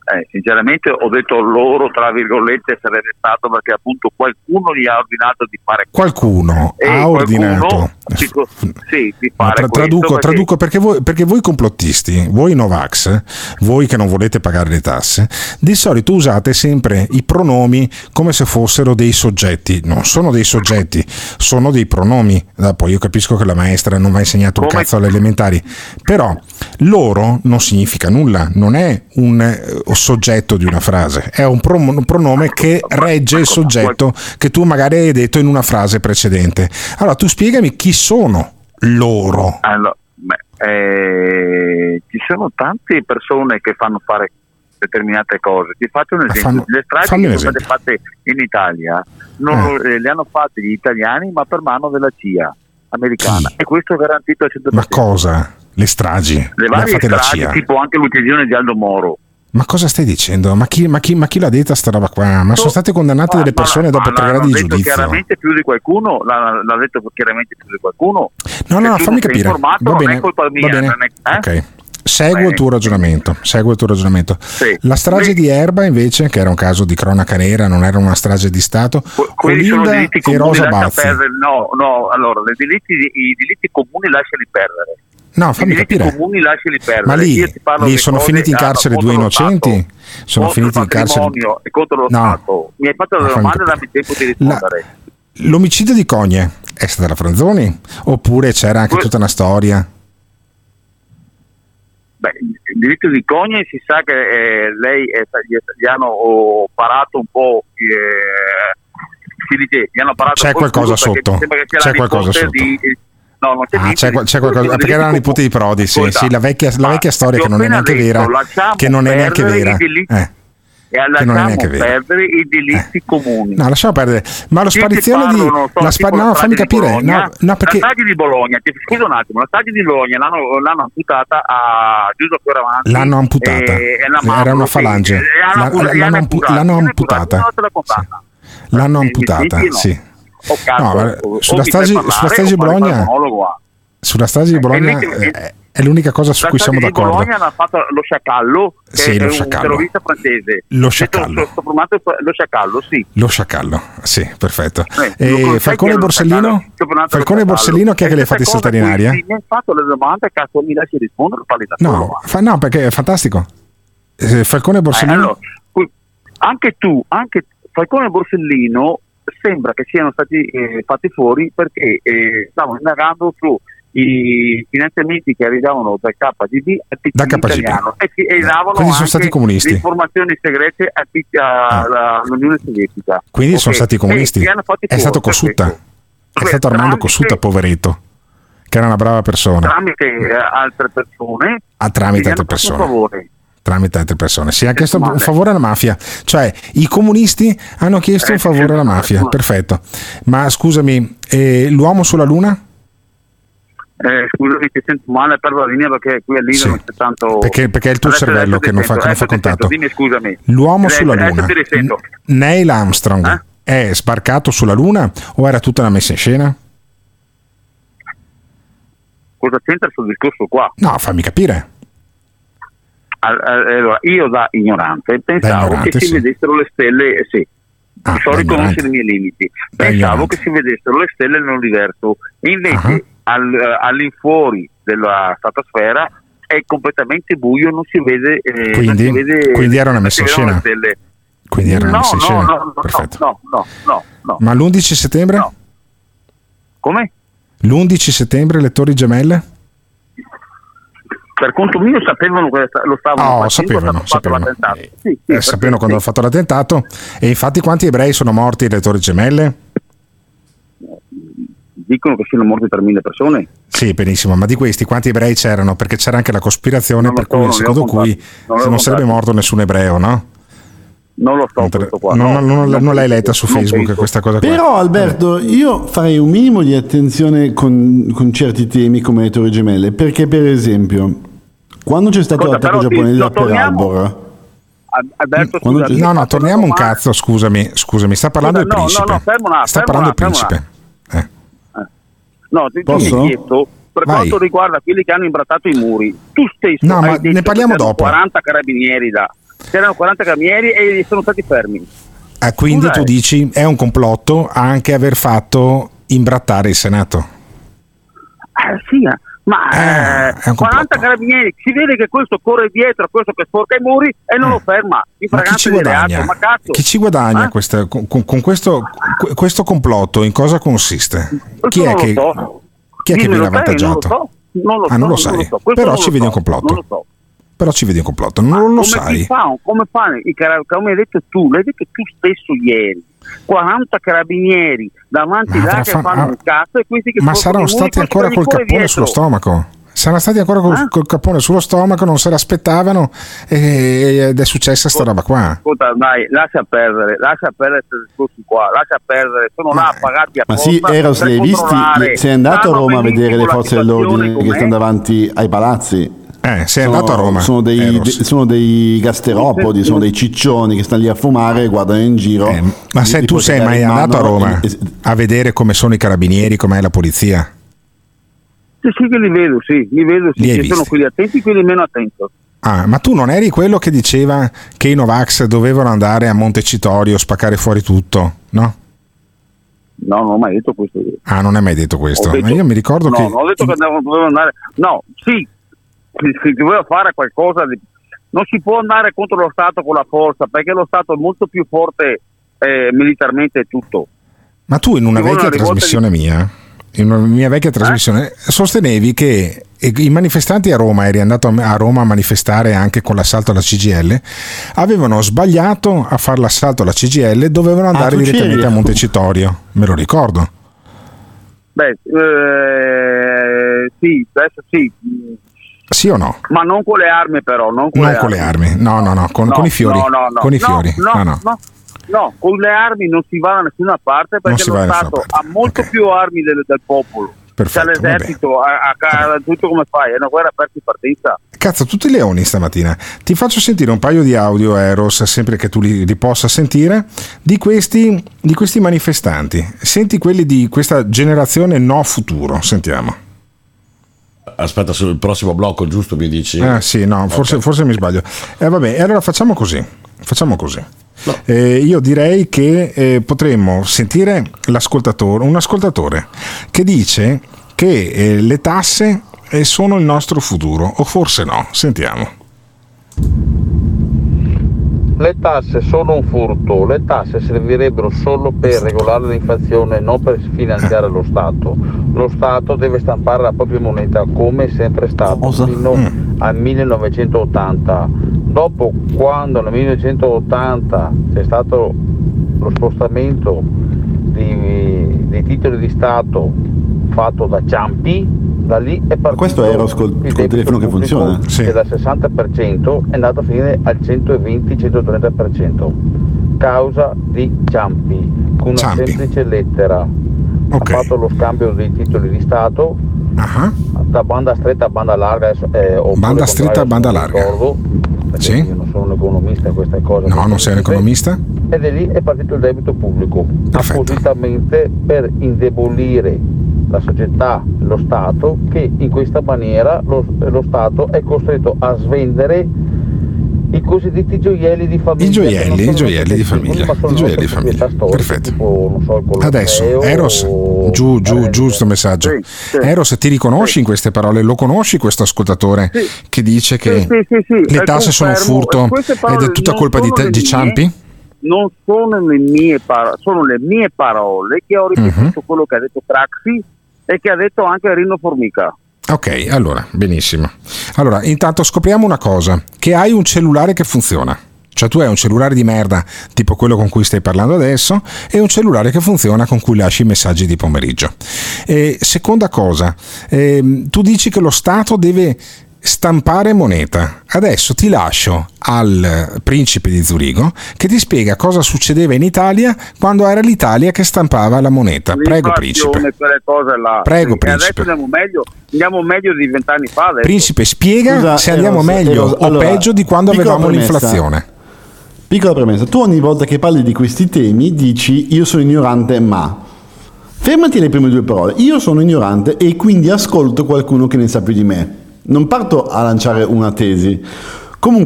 Eh, sinceramente ho detto loro tra virgolette sarebbe stato perché appunto qualcuno gli ha ordinato di fare qualcuno e ha ordinato qualcuno, dico, sì, di no, fare tra, traduco, perché... traduco perché voi, perché voi complottisti, voi Novax, voi che non volete pagare le tasse, di solito usate sempre i pronomi come se fossero dei soggetti. Non sono dei soggetti, sono dei pronomi. Poi io capisco che la maestra non mi ha insegnato un come... cazzo alle elementari, però loro non significa nulla, non è un eh, soggetto di una frase, è un, pro- un pronome che regge il soggetto che tu magari hai detto in una frase precedente. Allora tu spiegami chi sono loro. Allora, beh, eh, ci sono tante persone che fanno fare determinate cose. Ti faccio un esempio: fanno, le stragi che sono state fatte in Italia non eh. eh, le hanno fatte gli italiani, ma per mano della C I A americana, chi? E questo è garantito al cento per cento. Ma cosa? Le stragi? Le le varie fatte stragi, la C I A. tipo anche l'uccisione di Aldo Moro. Ma cosa stai dicendo? Ma chi, ma chi, ma chi l'ha detta sta roba qua? Ma sono state condannate ma, delle persone ma, dopo ma tre gradi di detto giudizio. Chiaramente più di qualcuno, l'ha, l'ha detto chiaramente più di qualcuno. No, no, no, fammi Se capire. Informato, Va bene, non è colpa mia, va bene. Non è, eh? Ok. Seguo Bene. il tuo ragionamento, seguo il tuo ragionamento. Sì. La strage di Erba invece, che era un caso di cronaca nera, non era una strage di Stato, Que- quelli sono Colinda delitti e comuni, Rosa lascia Bazzi. perdere. No, no, allora, i delitti, i delitti comuni lasciali perdere. No, fammi I delitti capire. comuni lasciali perdere. Ma lì, Io ti parlo lì di sono cose finiti in che carcere hanno due contro lo innocenti? Stato, Sono contro finiti il in carcere. patrimonio e contro lo No. Stato. Mi hai fatto No, la fammi domanda e capire. dammi tempo di rispondere. L'omicidio di Cogne è stata la Franzoni? Oppure c'era anche Que- tutta una storia? Beh, il diritto di Cogne si sa che eh, lei è, gli, gli hanno oh, parato un po'. Eh, si dice, gli hanno parato C'è un po' qualcosa il culo perché sotto. sembra che sia C'è la qualcosa nipote sotto. Di, no, non c'è Ah, niente c'è, di- qual- c'è qualcosa, di- perché era la nipote di Prodi, sì, Ascolta, sì, la vecchia, la vecchia storia ti che ho non è appena neanche detto, vera, lasciamo che non è neanche perdere vera. i delitti- Eh. E Che non è lasciamo neanche vero. perdere i delitti comuni. No, lasciamo perdere. Ma la Sì, sparizione ti di. parlano, sono La spa- tipo la no, strage fammi di capire. Bologna. No, no, perché. La strage di Bologna, ti scusa un attimo, la strage di Bologna l'hanno, l'hanno amputata a Giuseppe Fioravanti. L'hanno amputata. e- e la Era Mauro, una sì, falange. e hanno La- appu- e l'hanno hanno ampu- amputato, l'hanno hanno amputata. amputato la condanna. L'hanno Sì, amputata, sì, no. sì. Oh, cazzo, No, ma o sulla mi strage, fai parlare sulla strage di o fai fare Bologna. il monologo a- Sulla strage di Bologna invece- eh, è l'unica cosa su La cui siamo strage di d'accordo. Bologna hanno fatto lo sciacallo, che Sì, è lo un sciacallo. terrorista francese. Lo sciacallo. Detto- sto formando lo sciacallo, sì. Lo sciacallo, sì, perfetto. Eh, E lo- sai Falcone chi e è lo Borsellino? sciacallo? Sto parlando dello Falcone e sciacallo. Borsellino chi è che E le ha fatti queste saltare in cose aria? qui, Mi hai fatto le domande, cazzo, mi lasci rispondere, parli da solo. No, fa- no, perché è fantastico. Eh, Falcone e Eh, Borsellino? allora, qui- anche tu, anche Falcone e Borsellino sembra che siano stati eh, fatti fuori perché eh, stavano indagando su i finanziamenti che arrivavano dal K G B al P C Da K G B. italiano e, che- e davano Quindi sono anche stati comunisti. le informazioni segrete al P C alla- all'Unione Sovietica. Quindi Ok? sono stati comunisti. E li hanno fatti È fuori, stato Cossutta. perfetto. È stato Armando Tramite- Cossutta, poveretto, che era una brava persona. tramite eh, altre persone Ah, tramite che gli altre hanno fatto un persone. favore. Tramite altre persone. Si è chiesto male. un favore alla mafia. Cioè, i comunisti hanno chiesto Eh, un favore alla mafia. male. Perfetto. Ma scusami, eh, l'uomo sulla Luna? Eh, scusami, ti sento male, perdo la linea perché qui all'I N A Sì. non c'è tanto. Perché, perché è il tuo Adesso- cervello adesso che ti non fa, sento, che non fa adesso ti sento, contatto. Dimmi, scusami. L'uomo Adesso- sulla adesso Luna. ti risento. N- Neil Armstrong è sbarcato sulla Luna o era tutta una messa in scena? Cosa c'entra sul discorso qua? No, fammi capire. Al- al- Allora, io da ignorante pensavo ignorante, che si sì. vedessero le stelle, eh, sì, Ah, so da riconoscere ignorante. i miei limiti. Da Pensavo ignorante. che si vedessero le stelle nell'universo e invece al- eh, all'infuori della stratosfera è completamente buio, non si vede. eh, Quindi- non si vede- quindi era una non messa si in vedono scena? le stelle. Quindi era una no, messa in no, scena. no, no, Perfetto. no, no, no, no. Ma l'undici settembre? Come? L'undici settembre, le Torri Gemelle? Per conto mio sapevano che lo stavano Oh, facendo, sapevano, hanno fatto sapevano. l'attentato. Sì, sì, Eh, perché- sapevano quando sì. hanno fatto l'attentato. E infatti quanti ebrei sono morti alle Torri Gemelle? Dicono che siano morti per mille persone. Sì, benissimo, ma di questi quanti ebrei c'erano? Perché c'era anche la cospirazione Non lo per so, cui, non li ho secondo contati, cui non li ho non sarebbe contati. morto nessun ebreo, no? Non lo so Non, te- questo qua. non- no, non- non l'hai penso, letta su non Facebook penso. questa cosa qua? Però Alberto, io farei un minimo di attenzione con, con certi temi come le Torri Gemelle, perché per esempio, quando c'è stato Ascolta, l'attacco però, sì, giapponese no, a Pearl torniamo- Harbor, Al- Alberto, Quando- scusa, mi No, hai no, fatto torniamo una un domanda- cazzo, scusami, scusami, sta parlando Scusa, il no, principe. no, no, fermo un attimo, sta fermo parlando il un attimo, principe. Eh. No, ti, tu Posso? mi hai chiesto per Vai. quanto riguarda quelli che hanno imbrattato i muri. Tu stesso No, hai ma detto ne parliamo che c'erano dopo. quaranta carabinieri da. c'erano quaranta carabinieri e sono stati fermi. Ah, quindi Scusa, tu eh. dici è un complotto anche aver fatto imbrattare il Senato? Eh, sì, ma Eh, eh, è un quaranta carabinieri, si vede che questo corre dietro a questo che sporca i muri e non lo ferma. In Ma chi fragranza ci di guadagna? reato, ma cazzo. Chi ci guadagna Eh? questa- con, con questo, questo complotto? In cosa consiste? Chi non è lo che, so. chi è che Dimmelo viene te, avvantaggiato? Non lo so, non lo Ah, non lo so, sai. non lo so. Questo Però non ci lo vedi un so, complotto. non lo so. Però ci vedi un complotto, non lo come sai. Si fa, come fanno i carabinieri? Come hai detto tu, l'hai detto tu stesso ieri. quaranta carabinieri davanti Ma là avrà che fa- fanno ah, un cazzo e questi che Ma sporcano saranno i muri, stati questi ancora che col gli corre cappone dietro. sullo stomaco? Saranno stati ancora col, Eh? col cappone sullo stomaco, non se l'aspettavano e- ed è successa sta roba qua. Ascolta, dai, lascia perdere, lascia perdere questi discorsi qua, lascia perdere, sono là pagati Ma apposta sì, Eros, per li hai visti? controllare. Sei andato a Sanno Roma a vedere le benissimo la forze dell'ordine situazione che com'è. stanno davanti ai palazzi? Eh, sei sono, andato a Roma, Sono dei, Eros. de- sono dei gasteropodi, sono dei ciccioni che stanno lì a fumare, guardano in giro. Eh, Ma li- se li tu puoi sei dare mai in andato a mano Roma e- a vedere come sono i carabinieri, com'è la polizia? Sì, sì che li vedo, sì, li vedo, sì, Li hai ci sono visti? quelli attenti e quelli meno attenti. Ah, ma tu non eri quello che diceva che i Novax dovevano andare a Montecitorio, spaccare fuori tutto, no? No, non ho mai detto questo. Ah, non hai mai detto questo. Ho detto- Ma io mi ricordo no, che... non ho detto che andavano- dovevano andare. No, sì, si, si doveva fare qualcosa. Di, non si può andare contro lo Stato con la forza perché lo Stato è molto più forte eh, militarmente e tutto. Ma tu in una Ci vuole vecchia una rivolta trasmissione di- mia, in una mia vecchia trasmissione, sostenevi che i manifestanti a Roma, eri andato a a Roma a manifestare anche con l'assalto alla C G I L, avevano sbagliato a fare l'assalto alla C G I L, dovevano andare tu direttamente c'eri? a Montecitorio, me lo ricordo. Beh, eh, sì, adesso sì, Sì o no? ma non con le armi però, non con, Non le, con armi. le armi, no, no, no, con, No, con i fiori, no, no, no. con i No, fiori, no, no, no. no. No, con le armi non si va da nessuna parte Non perché si lo va da Stato nessuna ha molto più armi del, del popolo. Perfetto, C'è l'esercito, a, a, a, tutto come fai, è una guerra aperta in partenza. Cazzo, tutti leoni stamattina. Ti faccio sentire un paio di audio, Eros, sempre che tu li, li possa sentire, di questi, di questi manifestanti. Senti quelli di questa generazione no futuro, sentiamo. Aspetta, sul prossimo blocco, giusto, mi dici? Ah sì, no, forse, forse mi sbaglio. Eh, vabbè, allora facciamo così. Facciamo così. Eh, io direi che eh, potremmo sentire l'ascoltatore, un ascoltatore che dice che eh, le tasse eh, sono il nostro futuro, o forse no. Sentiamo. Le tasse sono un furto, le tasse servirebbero solo per regolare l'inflazione, non per finanziare lo Stato. Lo Stato deve stampare la propria moneta come è sempre stato fino Mm. al millenovecentottanta. Dopo, quando nel millenovecentottanta c'è stato lo spostamento di- dei titoli di Stato fatto da Ciampi, da lì è partito Questo è Eros col, il col debito telefono che pubblico, funziona? che dal sessanta per cento è andato a finire al centoventi centotrenta per cento, causa di Ciampi, con una Ciampi. semplice lettera. Ok. Ha fatto lo scambio dei titoli di Stato da banda stretta a banda larga, adesso, eh, oppure Banda stretta a banda contrario, larga. non ricordo, perché Sì. io non sono un economista in queste cose. No, non sei un economista? E da lì è partito il debito pubblico, appositamente per indebolire la società, lo Stato, che in questa maniera lo, lo Stato è costretto a svendere i cosiddetti gioielli di famiglia. I che non gioielli, sono i gioielli di nostri famiglia, ma sono i gioielli nostre di famiglia. proprietà storiche, Perfetto. tipo, non so, il Colosseo Adesso, Eros, o- giù, giù, giù sto messaggio. Sì, sì. Eros, ti riconosci in queste parole? Lo conosci questo ascoltatore che dice che Sì, sì, sì, sì, le eh, tasse sono un confermo, furto e queste ed parole è tutta non colpa di, sono te, le di mie, Ciampi? Non sono le mie parole, sono le mie parole che ho ripetuto Mhm. quello che ha detto Craxi e che ha detto anche Rino Formica. Ok, allora, benissimo. Allora, intanto scopriamo una cosa, che hai un cellulare che funziona. Cioè tu hai un cellulare di merda, tipo quello con cui stai parlando adesso, e un cellulare che funziona con cui lasci i messaggi di pomeriggio. E seconda cosa, ehm, tu dici che lo Stato deve stampare moneta. Adesso ti lascio al principe di Zurigo che ti spiega cosa succedeva in Italia quando era l'Italia che stampava la moneta. Prego, principe. L'inflazione, quelle cose là. Prego, E principe. adesso andiamo meglio, andiamo meglio di vent'anni fa adesso. Principe, spiega Scusa, se andiamo Eros, meglio Eros, o allora, peggio di quando piccola avevamo premessa. l'inflazione. Piccola premessa, tu ogni volta che parli di questi temi dici io sono ignorante ma... Fermati alle prime due parole, io sono ignorante e quindi ascolto qualcuno che ne sa più di me. Non parto a lanciare una tesi. Comunque,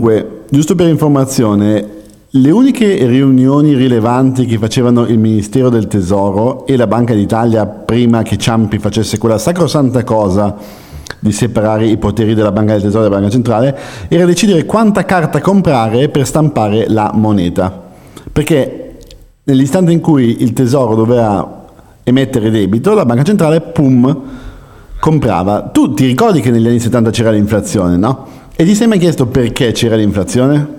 giusto per informazione, le uniche riunioni rilevanti che facevano il Ministero del Tesoro e la Banca d'Italia prima che Ciampi facesse quella sacrosanta cosa di separare i poteri della Banca del Tesoro e della Banca Centrale era decidere quanta carta comprare per stampare la moneta. Perché nell'istante in cui il Tesoro doveva emettere debito, la Banca Centrale, pum, comprava. Tu ti ricordi che negli anni settanta c'era l'inflazione, no? E ti sei mai chiesto perché c'era l'inflazione?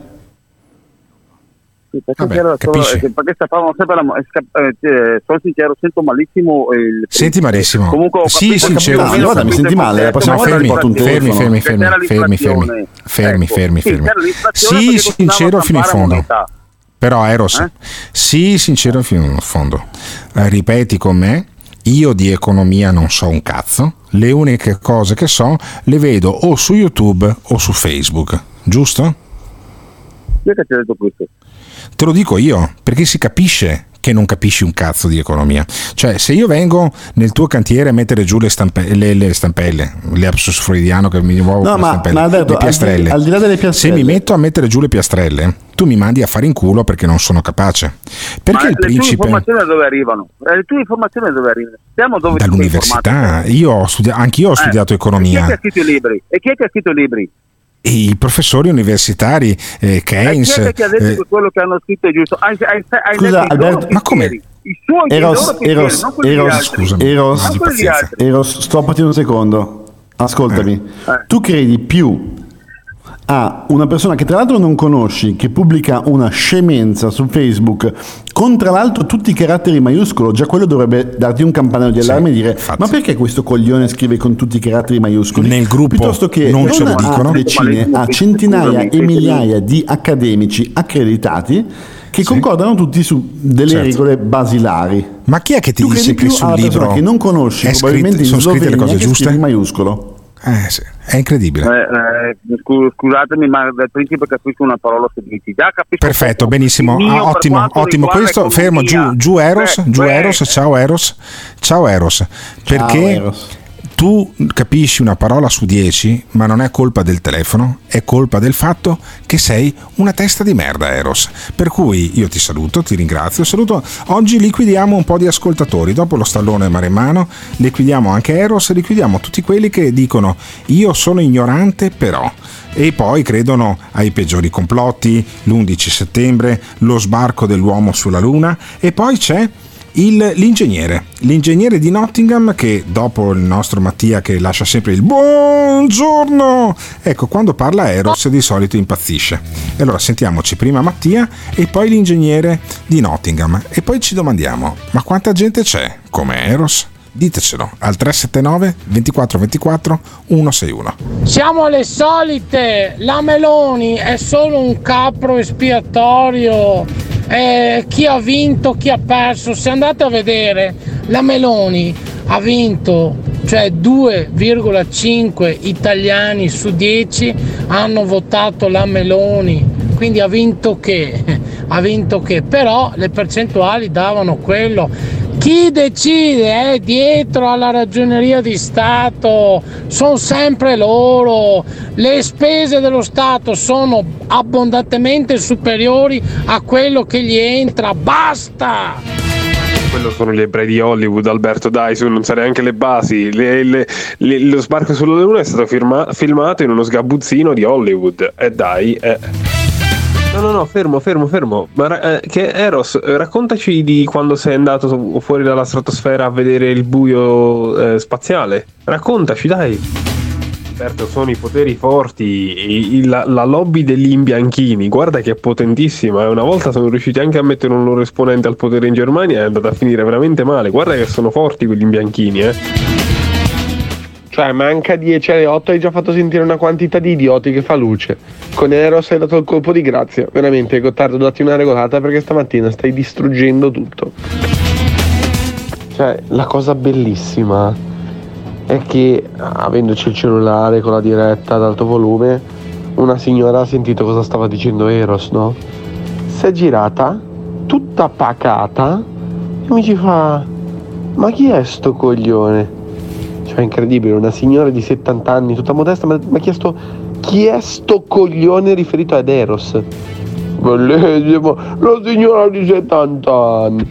Sì, perché, Vabbè, c'era solo, capisci? eh, perché stavamo sempre la, eh, sca- eh, sono sincero, sento malissimo il, Senti malissimo. comunque ho Sì, capito- ho sincero. capito Ah, meno guarda, mi capito senti il male, la concetto, prossima ma volta c'era mi porto un l'inflazione, Fermi, fermi, che fermi, c'era fermi, fermi, l'inflazione. fermi, Ecco, fermi, sì, fermi. c'era l'inflazione Sì, perché continuava sincero a fino in stampare fondo. moneta. Però Eros, Eh? sì, sincero fino in fondo. Eh, ripeti con me, io di economia non so un cazzo, le uniche cose che so le vedo o su YouTube o su Facebook, giusto? Chi è che ti ha detto questo? Te lo dico io, perché si capisce che non capisci un cazzo di economia. Cioè, se io vengo nel tuo cantiere a mettere giù le, stampe- le, le stampelle, l'apsus freudiano che mi muovo No, con le ma- stampelle, ma Alberto, le piastrelle. al di- al di là delle piastrelle- Se mi metto a mettere giù le piastrelle, tu mi mandi a fare in culo perché non sono capace. Perché Ma il le tue principe informazioni da dove arrivano? Eh, Le tue informazioni da dove arrivano? Siamo dove ti sei dall'università, informato? io ho studiato, anch'io ho Eh, studiato E chi è che economia. ha scritto i libri? E chi è che ha scritto i libri? E i professori universitari, eh, E chi Keynes, è che ti ha detto eh, che quello che hanno scritto è giusto? Hai, hai, hai Scusa, letto i loro Alberto, ma come? pensieri, I suoi i Eros, loro pensieri, Eros, non quelli di Eros, altri. scusami. Eros, Non quelli di altri. Eros, stoppati un secondo. Ascoltami. Eh. Tu credi più a una persona che tra l'altro non conosci, che pubblica una scemenza su Facebook, con tra l'altro tutti i caratteri maiuscolo, già quello dovrebbe darti un campanello di allarme Sì, e dire infatti. ma perché questo coglione scrive con tutti i caratteri maiuscoli? Nel gruppo Piuttosto che non ce lo a dicono. decine, a centinaia e migliaia di accademici accreditati che concordano tutti su delle Certo. regole basilari. Ma chi è che ti Tu dice credi che più sul alla persona libro che non conosci, è probabilmente scritto- in sono scritte le Slovenia, cose che giuste? scrive in maiuscolo? Eh, sì, è incredibile. Eh, eh, scu- scusatemi, ma dal principio capisco una parola su dici. Già capisco Perfetto, poco. benissimo, Il mio, ah, per ottimo, quanto ottimo. riguarda Questo fermo giù, economia, giù Eros, cioè, giù cioè, Eros, ciao Eros, ciao Eros, perché Eros. tu capisci una parola su dieci, ma non è colpa del telefono, è colpa del fatto che sei una testa di merda, Eros. Per cui io ti saluto, ti ringrazio, saluto. Oggi liquidiamo un po' di ascoltatori, dopo lo stallone maremmano, liquidiamo anche Eros, liquidiamo tutti quelli che dicono io sono ignorante però, e poi credono ai peggiori complotti, l'undici settembre, lo sbarco dell'uomo sulla luna, e poi c'è Il, l'ingegnere, l'ingegnere di Nottingham, che dopo il nostro Mattia che lascia sempre il buongiorno, ecco, quando parla Eros di solito impazzisce. E allora sentiamoci prima Mattia e poi l'ingegnere di Nottingham e poi ci domandiamo, ma quanta gente c'è come Eros? Ditecelo al tre sette nove ventiquattro ventiquattro centosessantuno. Siamo alle solite, la Meloni è solo un capro espiatorio, eh, chi ha vinto, chi ha perso. Se andate a vedere, la Meloni ha vinto, cioè due virgola cinque italiani su dieci hanno votato la Meloni, quindi ha vinto che? Ha vinto che? Però le percentuali davano quello. Chi decide è dietro alla ragioneria di Stato, sono sempre loro, le spese dello Stato sono abbondantemente superiori a quello che gli entra, basta! Quello sono gli ebrei di Hollywood, Alberto, dai, su, non sa neanche le basi. Le, le, le, lo sbarco sulla Luna è stato firma, filmato in uno sgabuzzino di Hollywood, e eh, dai, eh. No, no, no, fermo, fermo, fermo. Ma eh, che Eros, raccontaci di quando sei andato fuori dalla stratosfera a vedere il buio eh, spaziale. Raccontaci, dai. Certo, sono i poteri forti, i, i, la, la lobby degli imbianchini, guarda che è potentissima. Una volta sono riusciti anche a mettere un loro esponente al potere in Germania e è andata a finire veramente male. Guarda che sono forti quegli imbianchini, eh. Cioè, manca dieci alle otto, hai già fatto sentire una quantità di idioti che fa luce. Con Eros hai dato il colpo di grazia. Veramente, Gottardo, datti una regolata perché stamattina stai distruggendo tutto. Cioè, la cosa bellissima è che, avendoci il cellulare con la diretta ad alto volume, una signora ha sentito cosa stava dicendo Eros, no? Si è girata, tutta pacata, e mi ci fa: ma chi è sto coglione? Cioè, incredibile, una signora di settanta anni, tutta modesta, mi ha chiesto: chi è sto coglione riferito ad Eros? Bellissimo, la signora di settanta anni.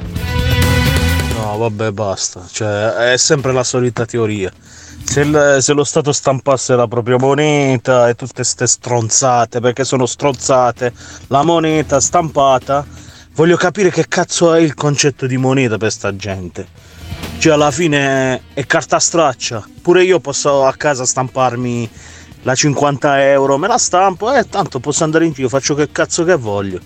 No, vabbè, basta. Cioè, è sempre la solita teoria. Se, il, se lo Stato stampasse la propria moneta e tutte ste stronzate, perché sono stronzate, la moneta stampata, voglio capire che cazzo è il concetto di moneta per sta gente. Cioè, alla fine è, è carta straccia. Pure io posso a casa stamparmi la cinquanta euro, me la stampo e eh, tanto posso andare in giro, faccio che cazzo che voglio.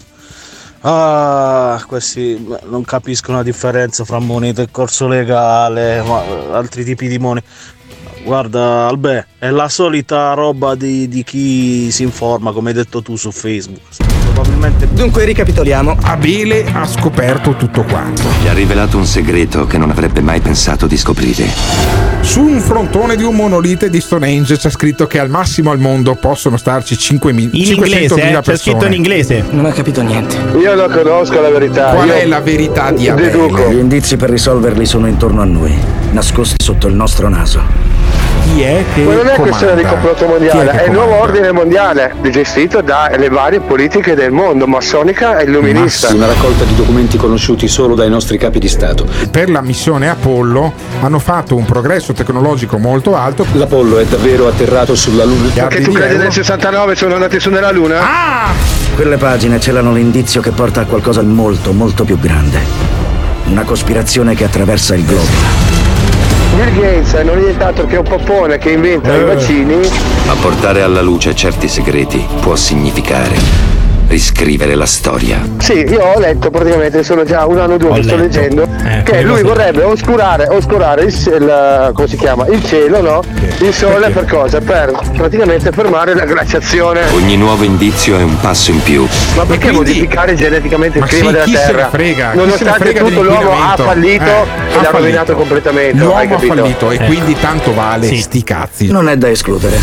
Ah, questi non capiscono la differenza fra moneta e corso legale, ma altri tipi di moneta. Guarda, Albè, è la solita roba di, di chi si informa, come hai detto tu su Facebook. Probabilmente. Dunque ricapitoliamo. Abele ha scoperto tutto quanto. Gli ha rivelato un segreto che non avrebbe mai pensato di scoprire. Su un frontone di un monolite di Stonehenge c'è scritto che al massimo al mondo possono starci cinquecentomila eh? C'è scritto in inglese. Non ho capito niente. Io non conosco la verità. Qual Io è la verità di Abele? deduco. Gli indizi per risolverli sono intorno a noi, nascosti sotto il nostro naso. Chi è che Ma non è comanda? questione di complotto mondiale, è, è il nuovo ordine mondiale gestito dalle varie politiche del mondo, massonica e illuminista. Una raccolta di documenti conosciuti solo dai nostri capi di Stato. Per la missione Apollo hanno fatto un progresso tecnologico molto alto. L'Apollo è davvero atterrato sulla Luna. Perché tu credi nel sessantanove sono andati su nella Luna? Ah! Quelle pagine celano l'indizio che porta a qualcosa di molto, molto più grande. Una cospirazione che attraversa il globo. Bill Gates non è nient'altro che un poppone che inventa eh. i vaccini. Ma portare alla luce certi segreti può significare riscrivere la storia. Sì, io ho letto praticamente, sono già un anno o due Ho che sto letto. leggendo, Eh, che lui cosa- vorrebbe oscurare, oscurare il, il, come si chiama, il cielo, no? Il sole per cosa? Per praticamente fermare la glaciazione. Ogni nuovo indizio è un passo in più. Ma perché quindi- modificare geneticamente il Ma clima sì, della chi se ne Terra? frega? Chi Nonostante se ne frega tutto l'uomo ha dell'inquinamento? fallito Eh, e ha l'ha fallito. rovinato completamente. L'uomo hai ha capito? fallito e quindi tanto vale sti cazzi. Non è da escludere.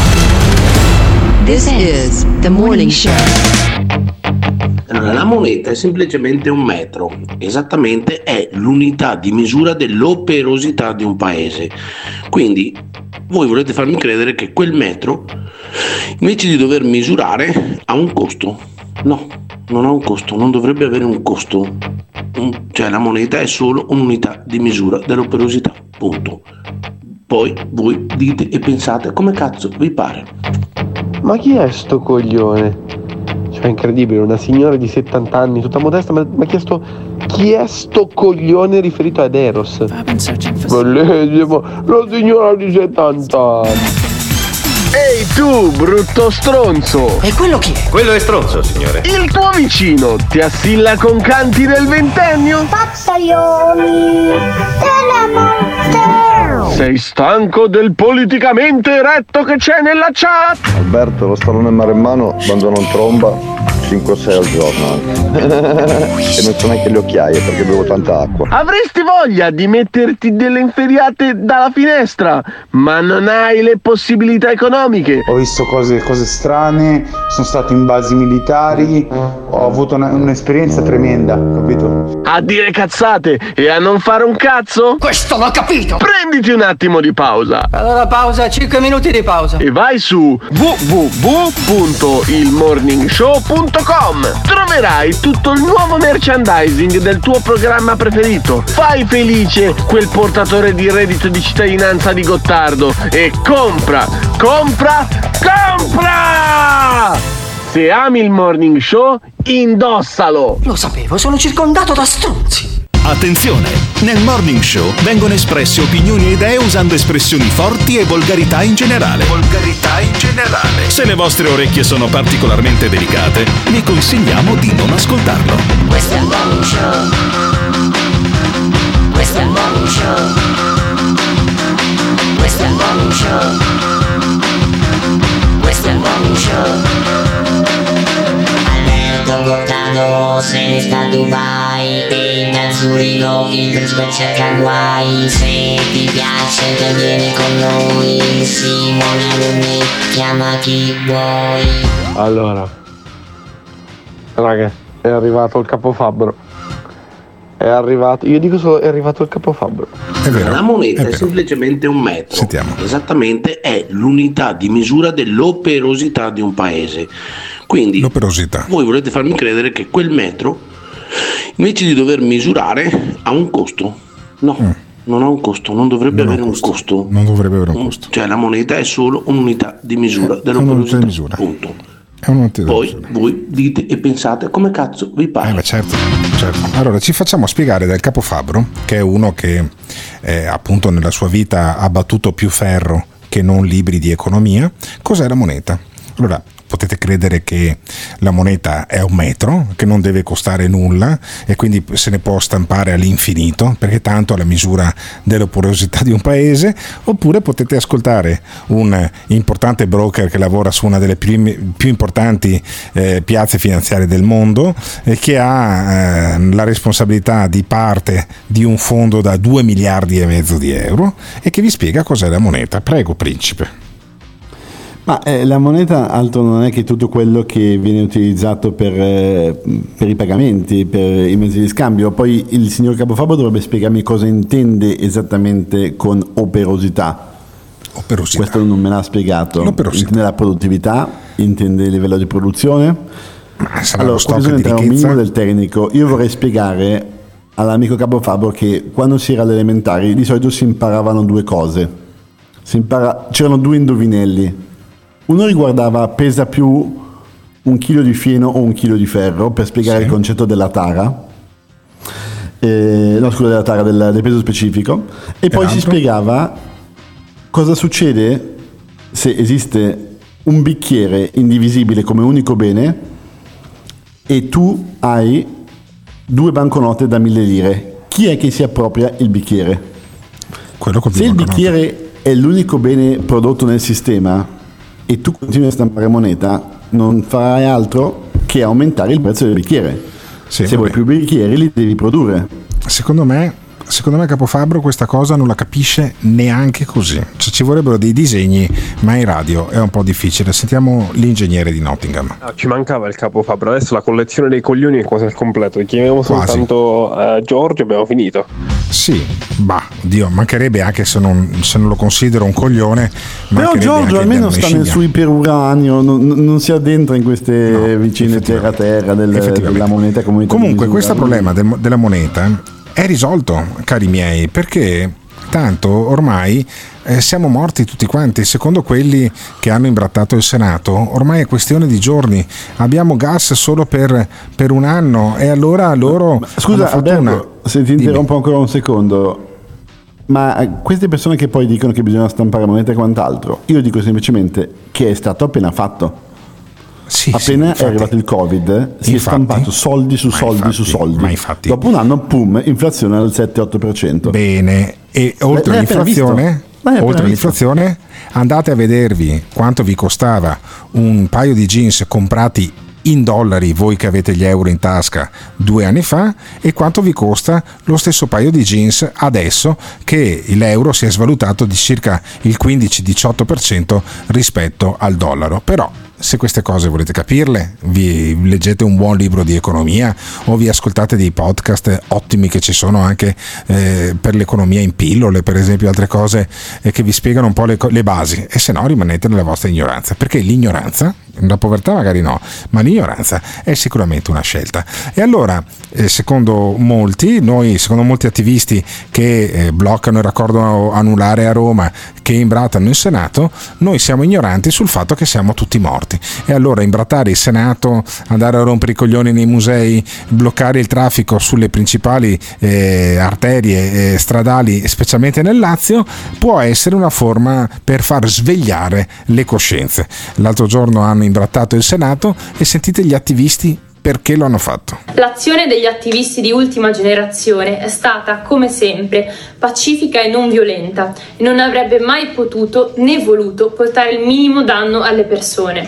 This is the morning show. Allora, la moneta è semplicemente un metro, esattamente è l'unità di misura dell'operosità di un paese. Quindi voi volete farmi credere che quel metro, invece di dover misurare, ha un costo. No, non ha un costo, non dovrebbe avere un costo. Un- Cioè la moneta è solo un'unità di misura dell'operosità, punto. Poi voi dite e pensate come cazzo vi pare. Ma chi è sto coglione? Cioè, incredibile, una signora di settanta anni, tutta modesta, ma mi ha chiesto chi è sto coglione riferito ad Eros. Bellissimo, la signora di settanta anni. Ehi tu, brutto stronzo! E quello chi è? Quello è stronzo, signore. Il tuo vicino ti assilla con canti del ventennio? Pazzaioli della morte. Sei stanco del politicamente eretto che c'è nella chat? Alberto, lo stallone maremmano quando non tromba cinque o sei al giorno anche. E non c'ho neanche le occhiaie perché bevo tanta acqua. Avresti voglia di metterti delle inferriate dalla finestra, ma non hai le possibilità economiche. Ho visto cose, cose strane, sono stato in basi militari, ho avuto una- un'esperienza tremenda, capito? A dire cazzate e a non fare un cazzo? Questo l'ho capito! Prenditi un attimo di pausa. Allora pausa, cinque minuti di pausa. E vai su w w w punto il morning show punto com. Troverai tutto il nuovo merchandising del tuo programma preferito. Fai felice quel portatore di reddito di cittadinanza di Gottardo e compra, compra, compra! Se ami il morning show, indossalo! Lo sapevo, sono circondato da stronzi. Attenzione! Nel Morning Show vengono espresse opinioni e idee usando espressioni forti e volgarità in generale. Volgarità in generale. Se le vostre orecchie sono particolarmente delicate, vi consigliamo di non ascoltarlo. Questo è il morning show. Questo è il morning show. Questo è il morning show. Questo è il morning show. Alberto Gottardo se ne sta a Dubai e in Zurigo il principe cerca guai. Se ti piace te vieni con noi, Simone Alunni chiama chi vuoi. Allora, raga, è arrivato il capofabbro. È È arrivato, io dico solo è arrivato il capofabbro. È vero, la moneta è è, vero. semplicemente un metro. Sentiamo. Esattamente è l'unità di misura dell'operosità di un paese. Quindi L'operosità. voi volete farmi credere che quel metro, invece di dover misurare, ha un costo. No, Mm. non ha un costo, non dovrebbe Non ha avere un un costo. Non dovrebbe avere un Mm, costo. Cioè la moneta è solo un'unità di misura È un'unità dell'operosità. di misura. Punto. È un'unità di Poi misura. voi dite e pensate come cazzo vi pare. Eh beh, certo, certo. Allora ci facciamo spiegare dal capofabbro, che è uno che eh, appunto nella sua vita ha battuto più ferro che non libri di economia, cos'è la moneta. Allora potete credere che la moneta è un metro, che non deve costare nulla e quindi se ne può stampare all'infinito perché tanto è la misura dell'operosità di un paese, oppure potete ascoltare un importante broker che lavora su una delle più, più importanti eh, piazze finanziarie del mondo e che ha eh, la responsabilità di parte di un fondo da due miliardi e mezzo di euro e che vi spiega cos'è la moneta. Prego, principe. Ma eh, la moneta altro non è che tutto quello che viene utilizzato per, eh, per i pagamenti, per i mezzi di scambio. Poi il signor Capofabbro dovrebbe spiegarmi cosa intende esattamente con operosità. Operosità. Questo non me l'ha spiegato. Intende la produttività, intende il livello di produzione. Allora, qua bisogna entrare un minimo del tecnico. Io vorrei spiegare all'amico Capofabbro che quando si era alle elementari di solito si imparavano due cose. Si impara... C'erano due indovinelli. Uno riguardava pesa più un chilo di fieno o un chilo di ferro, per spiegare sì. il concetto della tara, eh, no scusa della tara, del, del peso specifico, e poi si spiegava cosa succede se esiste un bicchiere indivisibile come unico bene e tu hai due banconote da mille lire. Chi è che si appropria il bicchiere? Quello con se il bicchiere è l'unico bene prodotto nel sistema e tu continui a stampare moneta, non farai altro che aumentare il prezzo del bicchiere. Sì, se vuoi più bicchieri li devi produrre. Secondo me, secondo me Capofabbro questa cosa non la capisce neanche così. Cioè, ci vorrebbero dei disegni, ma in radio è un po' difficile. Sentiamo l'ingegnere di Nottingham. Ah, ci mancava il Capofabbro, adesso la collezione dei coglioni è quasi al completo. Chiamiamo Quasi. soltanto uh, Giorgio e abbiamo finito. Sì, bah, Dio, mancherebbe anche se non, se non lo considero un coglione. Però Giorgio almeno sta nel suo iperuranio, non, non si addentra in queste no, vicine terra terra del, della moneta comunitaria. Comunque questo problema del, della moneta è risolto, cari miei, perché tanto ormai eh, siamo morti tutti quanti. Secondo quelli che hanno imbrattato il Senato, ormai è questione di giorni. Abbiamo gas solo per, per un anno e allora loro... Ma, scusa Alberto, una... se ti interrompo Dimmi. ancora un secondo, ma queste persone che poi dicono che bisogna stampare moneta e quant'altro, io dico semplicemente che è stato appena fatto. Sì, appena sì, infatti, è arrivato il Covid si infatti, è stampato soldi su soldi infatti, su soldi, ma infatti, dopo un anno pum, inflazione al sette otto per cento. Bene, e oltre L'hai all'inflazione, oltre all'inflazione andate a vedervi quanto vi costava un paio di jeans comprati in dollari, voi che avete gli euro in tasca due anni fa, e quanto vi costa lo stesso paio di jeans adesso che l'euro si è svalutato di circa il quindici diciotto per cento rispetto al dollaro. Però se queste cose volete capirle, vi leggete un buon libro di economia o vi ascoltate dei podcast ottimi che ci sono anche eh, per l'economia in pillole, per esempio, altre cose eh, che vi spiegano un po' le, le basi, e se no rimanete nella vostra ignoranza, perché l'ignoranza, la povertà magari no, ma l'ignoranza è sicuramente una scelta. E allora eh, secondo molti, noi secondo molti attivisti che eh, bloccano il raccordo anulare a Roma, che imbrattano il Senato, noi siamo ignoranti sul fatto che siamo tutti morti. E allora imbrattare il Senato, andare a rompere i coglioni nei musei, bloccare il traffico sulle principali eh, arterie eh, stradali, specialmente nel Lazio, può essere una forma per far svegliare le coscienze. L'altro giorno hanno imbrattato il Senato e sentite gli attivisti perché lo hanno fatto. L'azione degli attivisti di ultima generazione è stata, come sempre, pacifica e non violenta e non avrebbe mai potuto né voluto portare il minimo danno alle persone.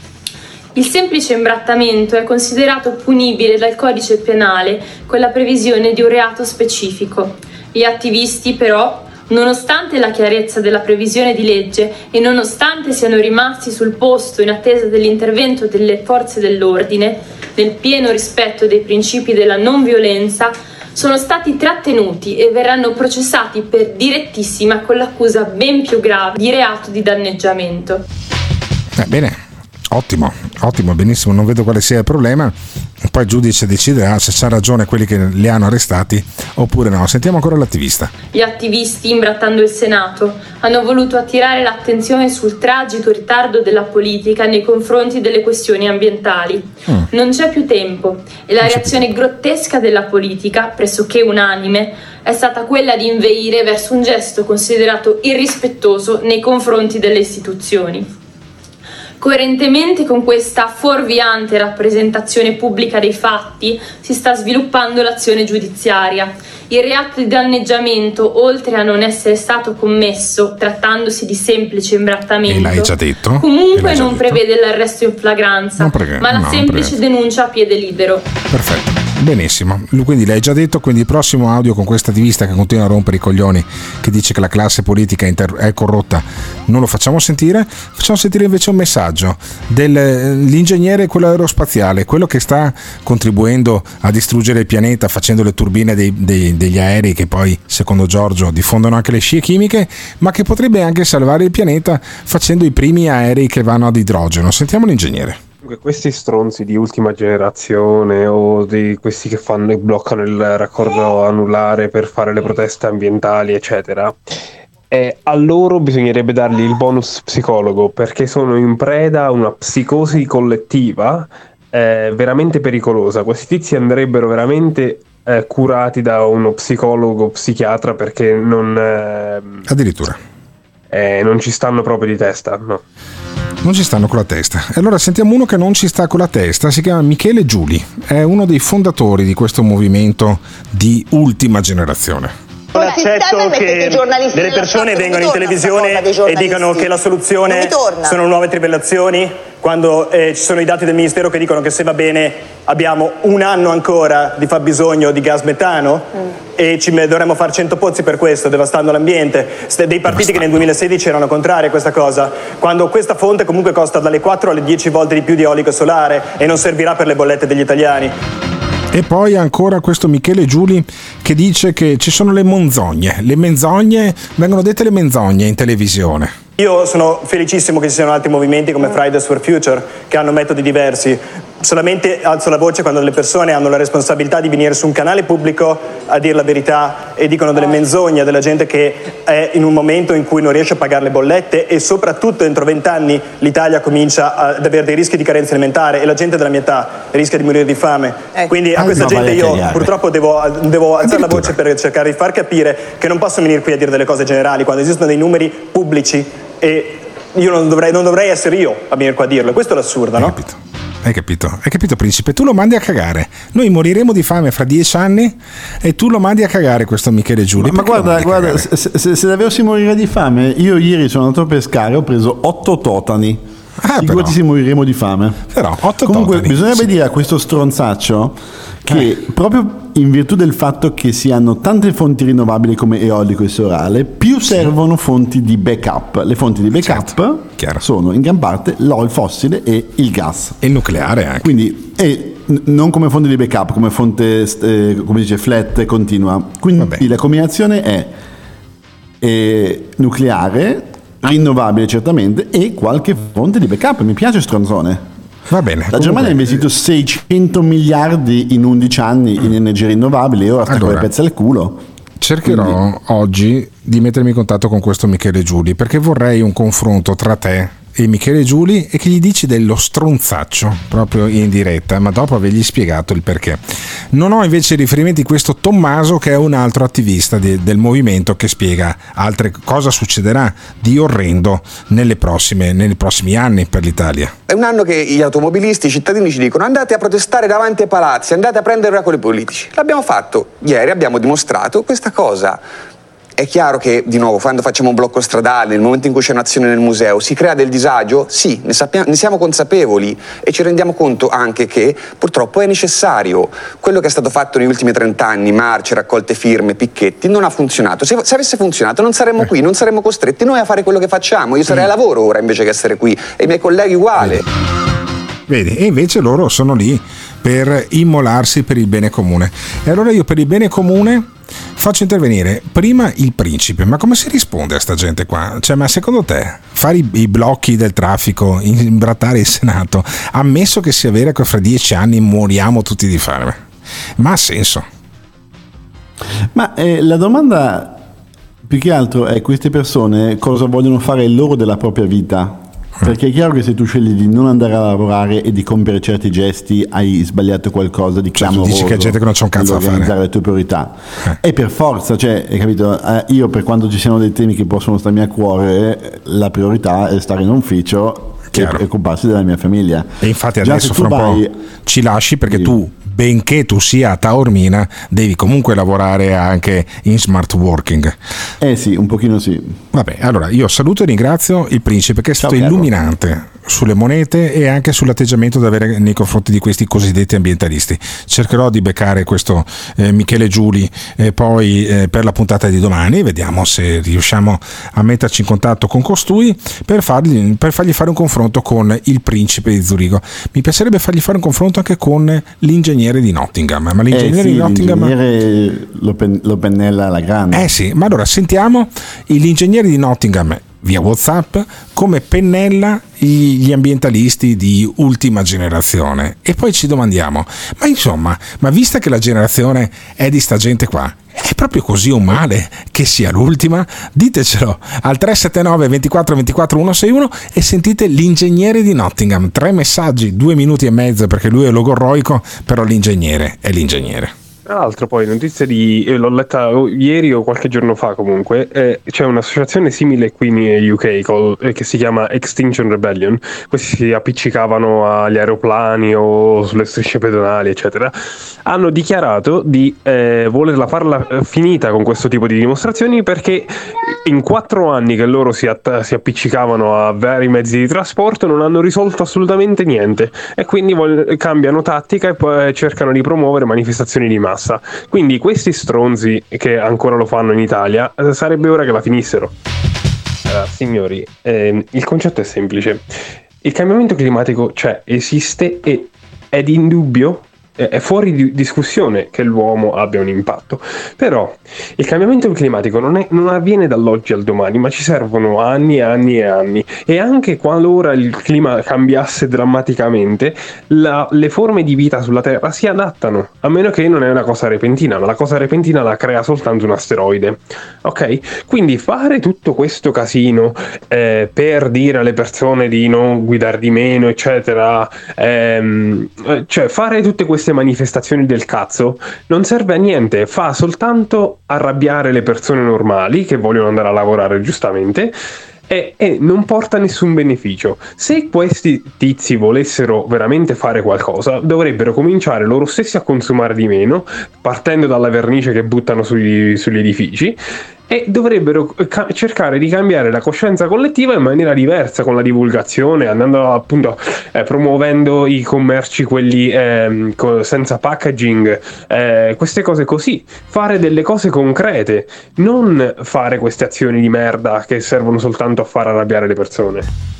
Il semplice imbrattamento è considerato punibile dal codice penale con la previsione di un reato specifico. Gli attivisti, però, nonostante la chiarezza della previsione di legge e nonostante siano rimasti sul posto in attesa dell'intervento delle forze dell'ordine, nel pieno rispetto dei principi della non violenza, sono stati trattenuti e verranno processati per direttissima con l'accusa ben più grave di reato di danneggiamento. Eh, bene, ottimo, ottimo, benissimo, non vedo quale sia il problema. Poi il giudice deciderà se c'ha ragione quelli che li hanno arrestati oppure no. Sentiamo ancora l'attivista. Gli attivisti, imbrattando il Senato, hanno voluto attirare l'attenzione sul tragico ritardo della politica nei confronti delle questioni ambientali. Mm. Non c'è più tempo e la reazione grottesca della politica, pressoché unanime, è stata quella di inveire verso un gesto considerato irrispettoso nei confronti delle istituzioni. Coerentemente con questa fuorviante rappresentazione pubblica dei fatti si sta sviluppando l'azione giudiziaria. Il reato di danneggiamento, oltre a non essere stato commesso trattandosi di semplice imbrattamento, e l'hai già detto? comunque già non detto? prevede l'arresto in flagranza, prega- ma la no, semplice prega- denuncia a piede libero. Perfetto. Benissimo, quindi l'hai già detto, quindi il prossimo audio con questa attivista che continua a rompere i coglioni, che dice che la classe politica inter- è corrotta, non lo facciamo sentire, facciamo sentire invece un messaggio dell'ingegnere, quello aerospaziale, quello che sta contribuendo a distruggere il pianeta facendo le turbine dei, dei, degli aerei che poi, secondo Giorgio, diffondono anche le scie chimiche, ma che potrebbe anche salvare il pianeta facendo i primi aerei che vanno ad idrogeno. Sentiamo l'ingegnere. Questi stronzi di ultima generazione o di questi che fanno e bloccano il raccordo anulare per fare le proteste ambientali eccetera, eh, a loro bisognerebbe dargli il bonus psicologo, perché sono in preda a una psicosi collettiva eh, veramente pericolosa. Questi tizi andrebbero veramente eh, curati da uno psicologo psichiatra, perché non eh, addirittura eh, non ci stanno proprio di testa, no. Non ci stanno con la testa. E allora sentiamo uno che non ci sta con la testa, si chiama Michele Giuli, è uno dei fondatori di questo movimento di ultima generazione. Non accetto che delle persone vengano in televisione e dicano che la soluzione sono nuove trivellazioni, quando eh, ci sono i dati del Ministero che dicono che se va bene abbiamo un anno ancora di fabbisogno di gas metano mm. e ci dovremmo fare cento pozzi per questo, devastando l'ambiente. Dei partiti che nel duemilasedici erano contrari a questa cosa, quando questa fonte comunque costa dalle quattro alle dieci volte di più di eolico e solare e non servirà per le bollette degli italiani. E poi ancora questo Michele Giuli che dice che ci sono le menzogne, le menzogne, vengono dette le menzogne in televisione. Io sono felicissimo che ci siano altri movimenti come Fridays for Future che hanno metodi diversi. Solamente alzo la voce quando le persone hanno la responsabilità di venire su un canale pubblico a dire la verità e dicono delle menzogne della gente che è in un momento in cui non riesce a pagare le bollette e soprattutto entro vent'anni l'Italia comincia ad avere dei rischi di carenza alimentare e la gente della mia età rischia di morire di fame. Quindi a questa gente io purtroppo devo, devo alzare la voce per cercare di far capire che non posso venire qui a dire delle cose generali quando esistono dei numeri pubblici e io non dovrei, non dovrei essere io a venire qua a dirlo. Questo è l'assurdo, no? Capito. Hai capito? Hai capito, principe? Tu lo mandi a cagare. Noi moriremo di fame fra dieci anni e tu lo mandi a cagare questo Michele Giuli. Ma, ma guarda, guarda se, se, se davvero morire di fame, io ieri sono andato a pescare, ho preso otto totani. Ah, figurati se moriremo di fame. Però, otto Comunque totani. bisognerebbe dire a questo stronzaccio che eh. proprio in virtù del fatto che si hanno tante fonti rinnovabili come eolico e solare, più servono fonti di backup. Le fonti di backup certo. sono in gran parte l'olio fossile e il gas. E il nucleare anche. Quindi, e non come fonte di backup, come fonte, eh, come dice, flat continua. Quindi Vabbè. la combinazione è eh, nucleare, rinnovabile certamente, e qualche fonte di backup. Mi piace stronzone. Va bene. La comunque... Germania ha investito seicento miliardi in undici anni in energie rinnovabili e ora sta allora, con le pezze al culo. Cercherò Quindi... oggi di mettermi in contatto con questo Michele Giuli, perché vorrei un confronto tra te e Michele Giuli e che gli dici dello stronzaccio proprio in diretta, ma dopo avergli spiegato il perché. Non ho invece riferimenti a questo Tommaso, che è un altro attivista di, del movimento, che spiega altre cosa succederà di orrendo nelle prossime, nei prossimi anni per l'Italia. È un anno che gli automobilisti, i cittadini ci dicono: andate a protestare davanti ai palazzi, andate a prendere oracoli politici. L'abbiamo fatto ieri, abbiamo dimostrato questa cosa. È chiaro che, di nuovo, quando facciamo un blocco stradale, nel momento in cui c'è un'azione nel museo, si crea del disagio? Sì, ne, sappiamo, ne siamo consapevoli e ci rendiamo conto anche che purtroppo è necessario. Quello che è stato fatto negli ultimi trent'anni, marce, raccolte firme, picchetti, non ha funzionato. Se, se avesse funzionato non saremmo qui, non saremmo costretti noi a fare quello che facciamo. Io sarei a lavoro ora invece che essere qui e i miei colleghi uguale. Vedi, e invece loro sono lì per immolarsi per il bene comune. E allora io per il bene comune faccio intervenire prima il principe. Ma come si risponde a sta gente qua? Cioè, ma secondo te fare i, i blocchi del traffico, imbrattare il Senato, ammesso che sia vero che fra dieci anni moriamo tutti di fame, ma ha senso? Ma eh, la domanda più che altro è: queste persone cosa vogliono fare loro della propria vita? Perché è chiaro che se tu scegli di non andare a lavorare e di compiere certi gesti hai sbagliato qualcosa di clamoroso. Dici che c'è gente che non c'è un cazzo da fare, le tue priorità eh. E per forza, cioè, hai capito? Eh, io per quanto ci siano dei temi che possono starmi a cuore, la priorità è stare in ufficio e occuparsi della mia famiglia. E infatti Già adesso fra un vai... po' ci lasci, perché sì. tu, benché tu sia a Taormina, devi comunque lavorare anche in smart working. Eh sì, un pochino sì. Vabbè, allora io saluto e ringrazio il principe, che è stato Ciao, illuminante sulle monete e anche sull'atteggiamento da avere nei confronti di questi cosiddetti ambientalisti. Cercherò di beccare questo eh, Michele Giuli eh, poi eh, per la puntata di domani, vediamo se riusciamo a metterci in contatto con costui per fargli, per fargli fare un confronto con il principe di Zurigo. Mi piacerebbe fargli fare un confronto anche con l'ingegnere di Nottingham, ma l'ingegnere eh sì, di Nottingham l'ingegnere lo, pen, lo pennella alla grande. Eh sì, ma allora sentiamo l'ingegnere di Nottingham via WhatsApp come pennella gli ambientalisti di ultima generazione, e poi ci domandiamo: ma insomma, ma vista che la generazione è di sta gente qua, è proprio così un male che sia l'ultima? Ditecelo al tre sette nove ventiquattro ventiquattro centosessantuno e sentite l'ingegnere di Nottingham. Tre messaggi, due minuti e mezzo, perché lui è logorroico, però l'ingegnere è l'ingegnere. Tra l'altro poi notizia di, eh, l'ho letta ieri o qualche giorno fa comunque, eh, c'è un'associazione simile qui in U K col, eh, che si chiama Extinction Rebellion. Questi si appiccicavano agli aeroplani o sulle strisce pedonali eccetera. Hanno dichiarato di eh, volerla farla eh, finita con questo tipo di dimostrazioni, perché in quattro anni che loro si, att- si appiccicavano a vari mezzi di trasporto non hanno risolto assolutamente niente, e quindi vogliono, cambiano tattica e poi cercano di promuovere manifestazioni di massa. Quindi questi stronzi che ancora lo fanno in Italia, eh, sarebbe ora che la finissero. Allora, signori, eh, il concetto è semplice: il cambiamento climatico c'è, esiste e è di indubbio, è fuori di discussione che l'uomo abbia un impatto. Però il cambiamento climatico non, è, non avviene dall'oggi al domani, ma ci servono anni e anni e anni, e anche qualora il clima cambiasse drammaticamente, la, le forme di vita sulla Terra si adattano, a meno che non è una cosa repentina, ma la cosa repentina la crea soltanto un asteroide, ok? Quindi fare tutto questo casino eh, per dire alle persone di non guidare di meno eccetera, ehm, cioè fare tutte queste manifestazioni del cazzo non serve a niente, fa soltanto arrabbiare le persone normali che vogliono andare a lavorare giustamente, e, e non porta nessun beneficio. Se questi tizi volessero veramente fare qualcosa, dovrebbero cominciare loro stessi a consumare di meno, partendo dalla vernice che buttano sugli, sugli edifici, e dovrebbero ca- cercare di cambiare la coscienza collettiva in maniera diversa, con la divulgazione, andando appunto eh, promuovendo i commerci quelli eh, co- senza packaging, eh, queste cose così, fare delle cose concrete, non fare queste azioni di merda che servono soltanto a far arrabbiare le persone.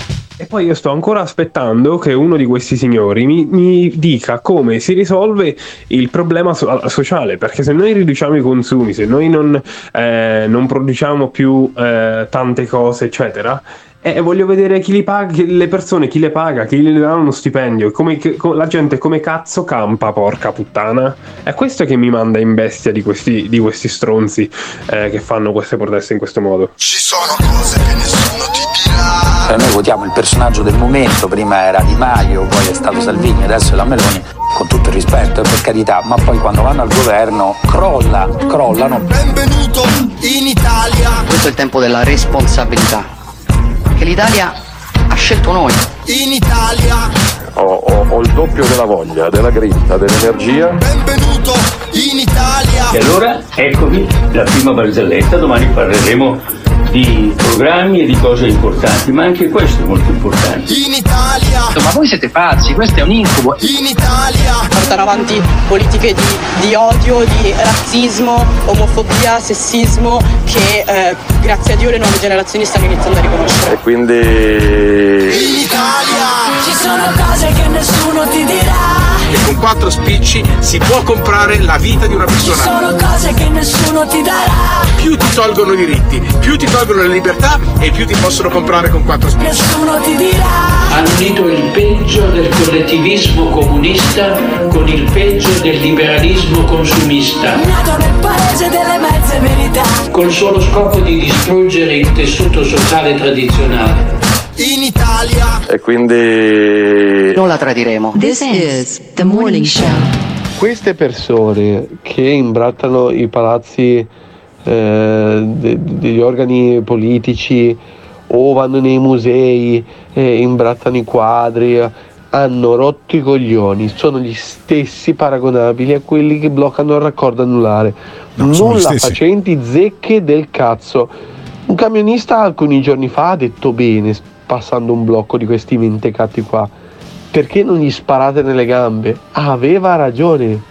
E poi io sto ancora aspettando che uno di questi signori mi, mi dica come si risolve il problema so- sociale, perché se noi riduciamo i consumi, se noi non, eh, non produciamo più eh, tante cose eccetera, e eh, voglio vedere chi li paga, le persone, chi le paga, chi gli dà uno stipendio, come, che, la gente come cazzo campa, porca puttana. È questo che mi manda in bestia di questi, di questi stronzi eh, che fanno queste proteste in questo modo. Ci sono cose che nessuno ti dirà. Noi votiamo il personaggio del momento, prima era Di Maio, poi è stato Salvini, adesso è la Meloni, con tutto il rispetto e per carità, ma poi quando vanno al governo crolla, crollano. Benvenuto in Italia. Questo è il tempo della responsabilità, che l'Italia ha scelto noi. In Italia ho, ho, ho il doppio della voglia, della grinta, dell'energia. Benvenuto in Italia. E allora eccomi la prima barzelletta, domani parleremo di programmi e di cose importanti, ma anche questo è molto importante. In Italia. Ma voi siete pazzi, questo è un incubo. In Italia. Portare avanti politiche di, di odio, di razzismo, omofobia, sessismo che eh, grazie a Dio le nuove generazioni stanno iniziando a riconoscere. E quindi in Italia ci Sono cose che nessuno ti dirà. E con quattro spicci si può comprare la vita di una persona. Sono cose che nessuno ti darà. Più ti tolgono i diritti, più ti tolgono le libertà e più ti possono comprare con quattro spicci. Nessuno ti dirà. Hanno unito il peggio del collettivismo comunista con il peggio del liberalismo consumista. Nato nel paese delle mezze verità. Col solo scopo di distruggere il tessuto sociale tradizionale. In Italia. E quindi Non la tradiremo. This is the morning show. Queste persone che imbrattano i palazzi eh, de- degli organi politici o vanno nei musei e imbrattano i quadri, hanno rotto i coglioni, sono gli stessi paragonabili a quelli che bloccano il raccordo anulare, No, sono gli nulla stessi. facenti zecche del cazzo. Un camionista alcuni giorni fa ha detto bene, passando un blocco di questi mentecatti qua: perché non gli sparate nelle gambe? Aveva ragione.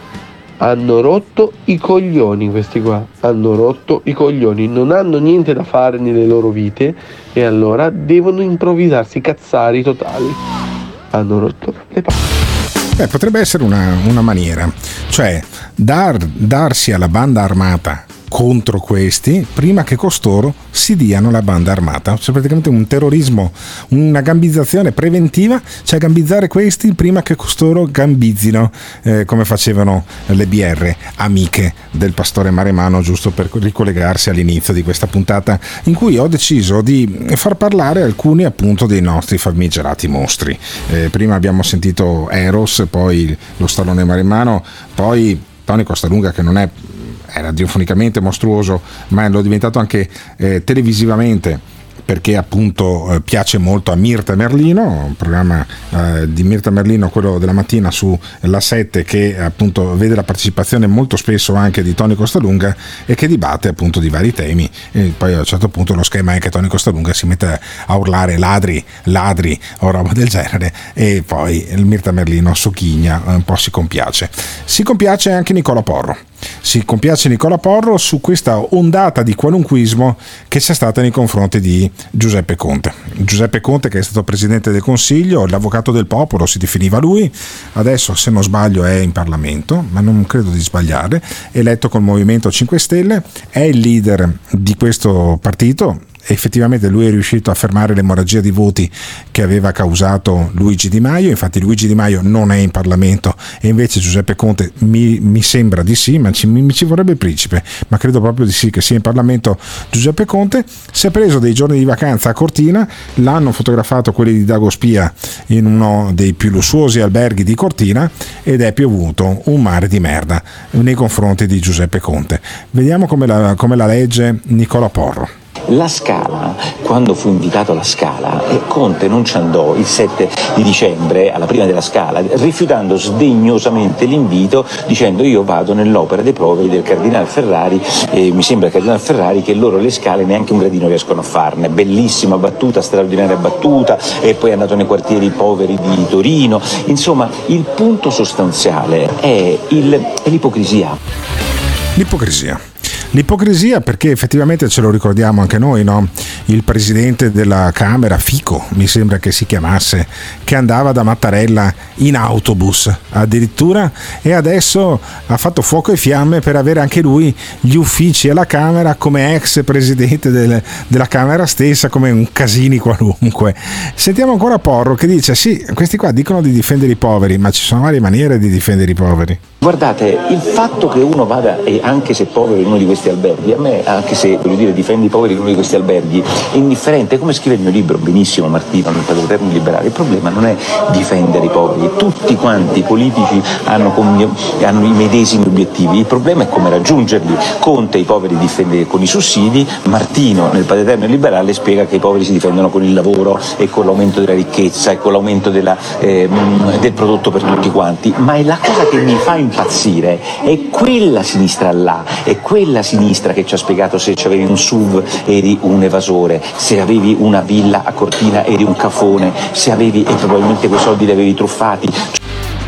Hanno rotto i coglioni questi qua, hanno rotto i coglioni, non hanno niente da fare nelle loro vite e allora devono improvvisarsi cazzari totali. Hanno rotto le palle. Beh, potrebbe essere una, una maniera, cioè dar, darsi alla banda armata contro questi prima che costoro si diano la banda armata, cioè praticamente un terrorismo, una gambizzazione preventiva, cioè gambizzare questi prima che costoro gambizzino, eh, come facevano le B R amiche del pastore Maremano, giusto per ricollegarsi all'inizio di questa puntata in cui ho deciso di far parlare alcuni appunto dei nostri famigerati mostri. Eh, prima abbiamo sentito Eros, poi lo Stallone Maremano, poi Tony Costalunga, che non è era radiofonicamente mostruoso, ma lo è diventato anche eh, televisivamente, perché appunto eh, piace molto a Mirta Merlino, un programma eh, di Mirta Merlino, quello della mattina su La sette, che appunto vede la partecipazione molto spesso anche di Tony Costalunga e che dibatte appunto di vari temi. E poi a un certo punto lo schema è che Tony Costalunga si mette a urlare ladri, ladri o roba del genere, e poi il Mirta Merlino socchigna, un po' si compiace. Si compiace anche Nicola Porro. Si compiace Nicola Porro su questa ondata di qualunquismo che c'è stata nei confronti di Giuseppe Conte. Giuseppe Conte, che è stato presidente del Consiglio, l'avvocato del popolo si definiva lui, adesso se non sbaglio è in Parlamento, ma non credo di sbagliare, eletto col Movimento cinque Stelle, è il leader di questo partito. Effettivamente lui è riuscito a fermare l'emorragia di voti che aveva causato Luigi Di Maio, infatti Luigi Di Maio non è in Parlamento e invece Giuseppe Conte mi, mi sembra di sì, ma ci, mi ci vorrebbe il principe, ma credo proprio di sì che sia in Parlamento Giuseppe Conte. Si è preso dei giorni di vacanza a Cortina, l'hanno fotografato quelli di Dago Spia in uno dei più lussuosi alberghi di Cortina ed è piovuto un mare di merda nei confronti di Giuseppe Conte. Vediamo come la, come la legge Nicola Porro. La Scala, quando fu invitato alla Scala, e Conte non ci andò il sette di dicembre alla prima della Scala, rifiutando sdegnosamente l'invito, dicendo: io vado nell'opera dei poveri del Cardinale Ferrari, e mi sembra il Cardinale Ferrari che loro le scale neanche un gradino riescono a farne. Bellissima battuta, straordinaria battuta, e poi è andato nei quartieri poveri di Torino. Insomma, il punto sostanziale è, il, è l'ipocrisia. L'ipocrisia. L'ipocrisia, perché effettivamente ce lo ricordiamo anche noi, no? Il presidente della Camera, Fico, mi sembra che si chiamasse, che andava da Mattarella in autobus addirittura, e adesso ha fatto fuoco e fiamme per avere anche lui gli uffici alla Camera come ex presidente del, della Camera stessa, come un Casini qualunque. Sentiamo ancora Porro che dice: sì, questi qua dicono di difendere i poveri, ma ci sono varie maniere di difendere i poveri. Guardate, il fatto che uno vada, e anche se povero in uno di questi alberghi, a me, anche se voglio dire difendi i poveri in uno di questi alberghi, è indifferente, come scrive il mio libro benissimo Martino nel Padre Eterno Liberale. Il problema non è difendere i poveri, tutti quanti i politici hanno, com- hanno i medesimi obiettivi, il problema è come raggiungerli. Conte i poveri difende con i sussidi, Martino nel Padre Eterno Liberale spiega che i poveri si difendono con il lavoro e con l'aumento della ricchezza e con l'aumento della, eh, del prodotto per tutti quanti. Ma è la cosa che mi fa impazzire, è quella sinistra là, è quella sinistra che ci ha spiegato: se avevi un S U V eri un evasore, se avevi una villa a Cortina eri un cafone, se avevi, e probabilmente quei soldi li avevi truffati.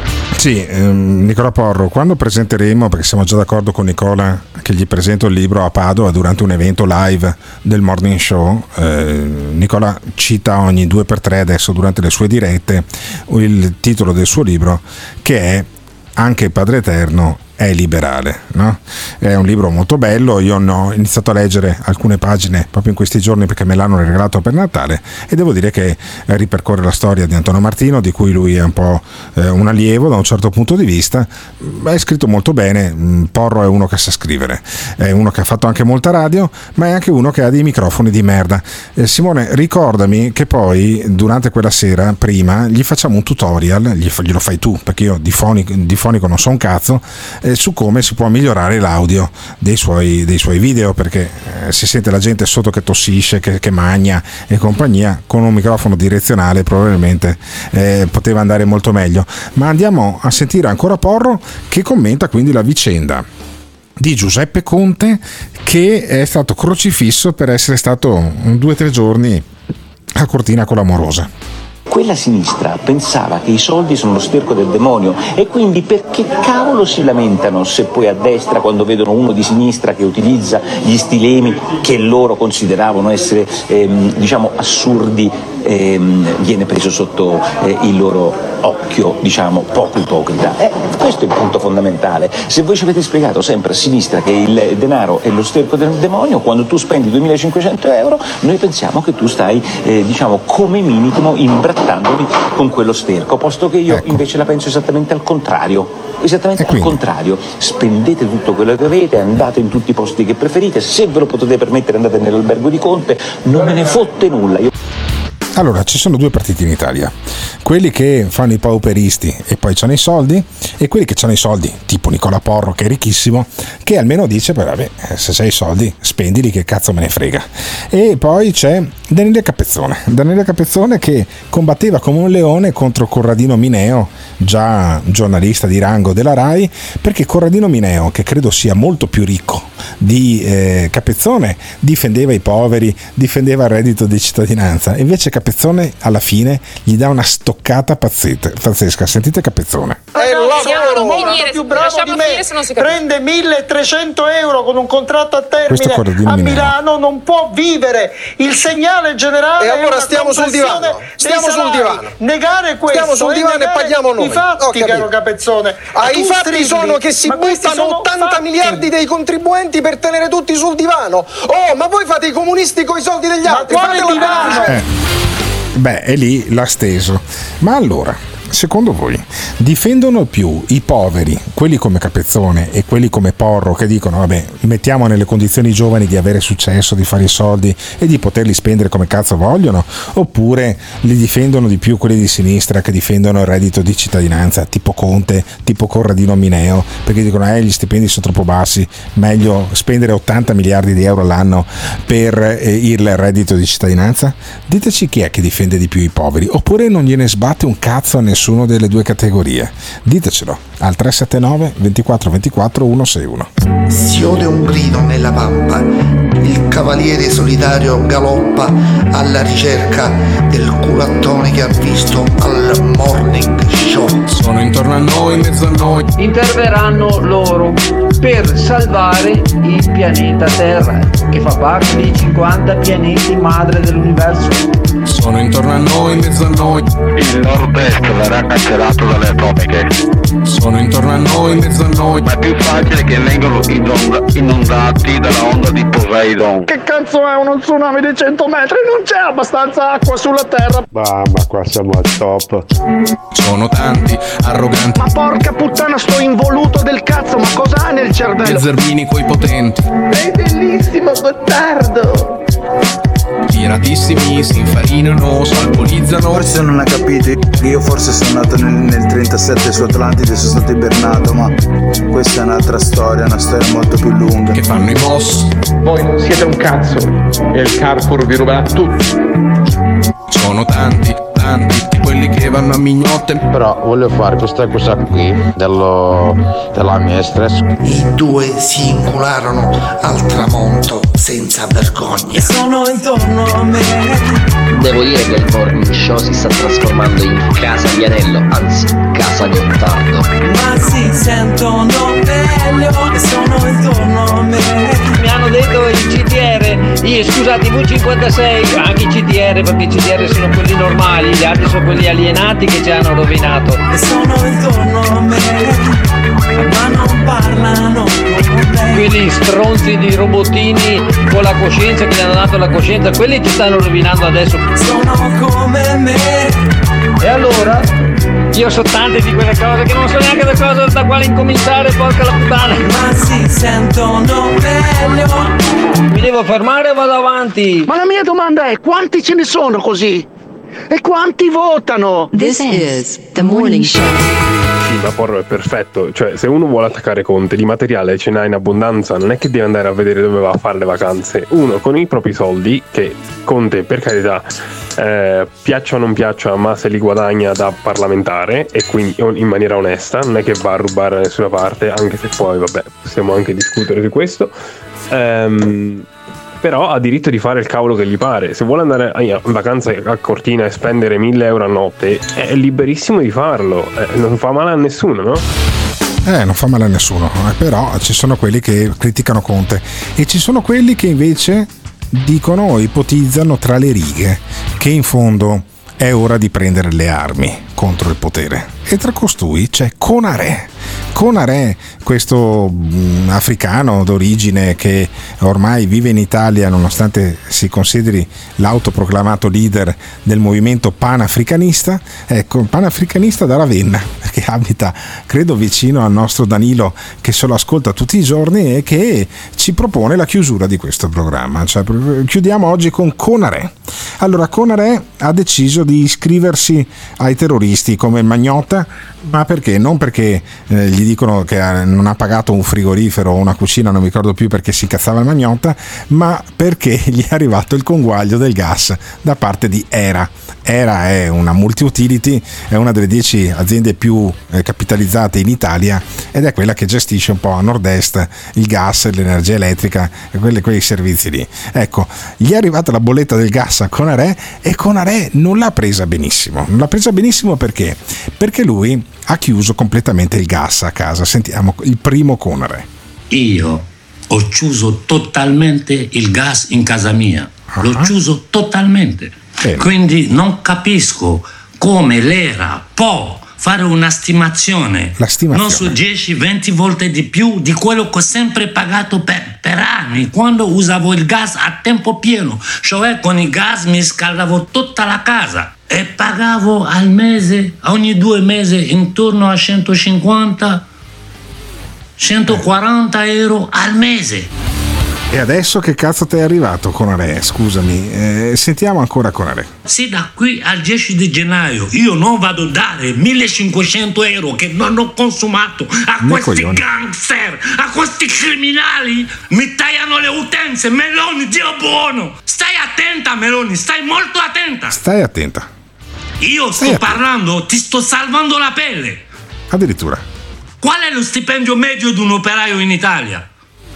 Sì, ehm, Nicola Porro, quando presenteremo, perché siamo già d'accordo con Nicola che gli presento il libro a Padova durante un evento live del Morning Show, eh, Nicola cita ogni due per tre adesso durante le sue dirette il titolo del suo libro, che è Anche Padre Eterno è liberale, no? È un libro molto bello, io ne ho iniziato a leggere alcune pagine proprio in questi giorni perché me l'hanno regalato per Natale e devo dire che ripercorre la storia di Antonio Martino, di cui lui è un po' eh, un allievo da un certo punto di vista. È scritto molto bene. Porro è uno che sa scrivere, è uno che ha fatto anche molta radio, ma è anche uno che ha dei microfoni di merda. eh, Simone, ricordami che poi durante quella sera prima gli facciamo un tutorial, gli, glielo fai tu perché io di fonico, di fonico non so un cazzo, su come si può migliorare l'audio dei suoi, dei suoi video, perché eh, si sente la gente sotto che tossisce, che, che magna e compagnia. Con un microfono direzionale probabilmente eh, poteva andare molto meglio. Ma andiamo a sentire ancora Porro che commenta quindi la vicenda di Giuseppe Conte, che è stato crocifisso per essere stato due o tre giorni a Cortina con l'amorosa. Quella sinistra pensava che i soldi sono lo sterco del demonio e quindi perché cavolo si lamentano se poi a destra, quando vedono uno di sinistra che utilizza gli stilemi che loro consideravano essere ehm, diciamo assurdi, ehm, viene preso sotto eh, il loro occhio, diciamo poco ipocrita. Eh, questo è il punto fondamentale. Se voi ci avete spiegato sempre a sinistra che il denaro è lo sterco del demonio, quando tu spendi duemilacinquecento euro noi pensiamo che tu stai eh, diciamo come minimo imbrattando con quello sterco, posto che io ecco. invece la penso esattamente al contrario, esattamente al contrario. Spendete tutto quello che avete, andate in tutti i posti che preferite, se ve lo potete permettere andate nell'albergo di Conte, non me ne fotte nulla. Io... Allora, ci sono due partiti in Italia, quelli che fanno i pauperisti e poi c'hanno i soldi, e quelli che c'hanno i soldi, tipo Nicola Porro che è ricchissimo, che almeno dice, beh, vabbè, se c'hai i soldi spendili, che cazzo me ne frega. E poi c'è Daniele Capezzone, Daniele Capezzone che combatteva come un leone contro Corradino Mineo, già giornalista di rango della RAI, perché Corradino Mineo, che credo sia molto più ricco di eh, Capezzone, difendeva i poveri, difendeva il reddito di cittadinanza, invece Capezzone alla fine gli dà una stoccata pazzetta, pazzesca. Sentite Capezzone. È il lavoro più bravo di me, prende milletrecento euro con un contratto a termine a Milano, non può vivere. Il segnale generale e allora è stiamo sul divano, stiamo sul divano. Negare questo, stiamo sul divano e paghiamo noi. I fatti, caro Capezzone. Ah, i fatti strilli, sono che si buttano ottanta fatti. miliardi dei contribuenti per tenere tutti sul divano. Oh, ma voi fate i comunisti con i soldi degli ma altri. Quale divano? Eh. Beh, è lì l'ha steso. Ma allora, secondo voi difendono più i poveri, quelli come Capezzone e quelli come Porro, che dicono vabbè, mettiamo nelle condizioni i giovani di avere successo, di fare i soldi e di poterli spendere come cazzo vogliono, oppure li difendono di più quelli di sinistra che difendono il reddito di cittadinanza, tipo Conte, tipo Corradino Mineo, perché dicono eh gli stipendi sono troppo bassi, meglio spendere ottanta miliardi di euro all'anno per eh, il reddito di cittadinanza? Diteci chi è che difende di più i poveri, oppure non gliene sbatte un cazzo a nessuno delle due categorie. Ditecelo al tre sette nove ventiquattro ventiquattro centosessantuno. Si ode un grido nella pampa, il cavaliere solitario galoppa alla ricerca del culattone che ha visto al Morning Show. Sono intorno a noi, in mezzo a noi. Interverranno loro per salvare il pianeta Terra, che fa parte dei cinquanta pianeti madre dell'universo. Sono intorno a noi, in mezzo a noi. Il nord-est verrà cancellato dalle atomiche. Sono intorno a noi, in mezzo a noi. Ma è più facile che vengano inondati dalla onda di Poseidon. Che cazzo è uno tsunami di cento metri? Non c'è abbastanza acqua sulla terra. Mamma, qua siamo al top. Sono tanti, arroganti. Ma porca puttana, sto involuto del cazzo, ma cosa ha nel cervello? E Zerbini coi potenti. È bellissimo Gottardo. Tiratissimi, si infarinano, salpolizzano. Forse non ha capito che io forse sono nato nel, nel trentasette su Atlantide e sono stato ibernato, ma questa è un'altra storia, una storia molto più lunga. Che fanno i boss? Voi non siete un cazzo e il Carrefour vi ruberà tutto. Sono tanti, tanti, di quelli che vanno a mignotte. Però voglio fare questa cosa qui dello, della mia stress. I due si incularono al tramonto senza vergogna. Sono intorno a me. Devo dire che il morning show si sta trasformando in casa di Anello, anzi casa Gottardo. Ma si sentono meglio e sono intorno a me. Mi hanno detto il C T R, io, scusate, i V cinquantasei, anche i C T R, perché i C T R sono quelli normali, gli altri sono quelli alienati che ci hanno rovinato. E sono intorno a me, ma non parlano con me. Quelli stronzi di robottini con la coscienza, che gli hanno dato la coscienza, quelli ci stanno rovinando adesso. Sono come me. E allora? Io so tante di quelle cose che non so neanche da cosa, da quale incominciare, porca la puttana. Ma si sentono meglio. Mi devo fermare o vado avanti? Ma la mia domanda è: quanti ce ne sono così? E quanti votano? This is the morning show. Sì, ma Porro è perfetto. Cioè, se uno vuole attaccare Conte, di materiale ce n'ha in abbondanza, non è che deve andare a vedere dove va a fare le vacanze. Uno con i propri soldi, che Conte, per carità, eh, piaccia o non piaccia, ma se li guadagna da parlamentare, e quindi in maniera onesta, non è che va a rubare da nessuna parte, anche se poi, vabbè, possiamo anche discutere su questo. Ehm... Però ha diritto di fare il cavolo che gli pare. Se vuole andare in vacanza a Cortina e spendere mille euro a notte, è liberissimo di farlo, eh, non fa male a nessuno, no? Eh, non fa male a nessuno, eh, però ci sono quelli che criticano Conte e ci sono quelli che invece dicono o ipotizzano tra le righe che in fondo è ora di prendere le armi contro il potere. E tra costui c'è Konaré. Konaré, questo mh, africano d'origine che ormai vive in Italia nonostante si consideri l'autoproclamato leader del movimento panafricanista, ecco, panafricanista da Ravenna, che abita credo vicino al nostro Danilo, che se lo ascolta tutti i giorni e che ci propone la chiusura di questo programma. Cioè, chiudiamo oggi con Konaré. Allora, Konaré ha deciso di iscriversi ai terroristi come il Magnotta, ma perché? Non perché eh, gli dicono che non ha pagato un frigorifero o una cucina, non mi ricordo più perché si cazzava il Magnotta, ma perché gli è arrivato il conguaglio del gas da parte di ERA. ERA è una multi-utility, è una delle dieci aziende più eh, capitalizzate in Italia ed è quella che gestisce un po' a nord-est il gas, l'energia elettrica e quelli, quei servizi lì. Ecco, gli è arrivata la bolletta del gas a Konaré e Konaré non l'ha presa benissimo. Non l'ha presa benissimo perché? Perché lui ha chiuso completamente il gas a casa. Sentiamo il primo Konaré. Io ho chiuso totalmente il gas in casa mia, uh-huh. L'ho chiuso totalmente. Bene. Quindi non capisco come l'ERA può fare una stimazione, La stimazione. non su dieci venti volte di più di quello che ho sempre pagato per, per anni quando usavo il gas a tempo pieno, cioè con il gas mi scaldavo tutta la casa e pagavo al mese, ogni due mesi, intorno a centocinquanta centoquaranta euro al mese. E adesso che cazzo ti è arrivato Konaré? Scusami, eh, sentiamo ancora Konaré. Se da qui al dieci di gennaio io non vado a dare millecinquecento euro che non ho consumato a Ne questi coglioni. gangster, a questi criminali, mi tagliano le utenze. Meloni, Dio buono, stai attenta Meloni, stai molto attenta. Stai attenta. Io sto Stai parlando, ti sto salvando la pelle. Addirittura. Qual è lo stipendio medio di un operaio in Italia?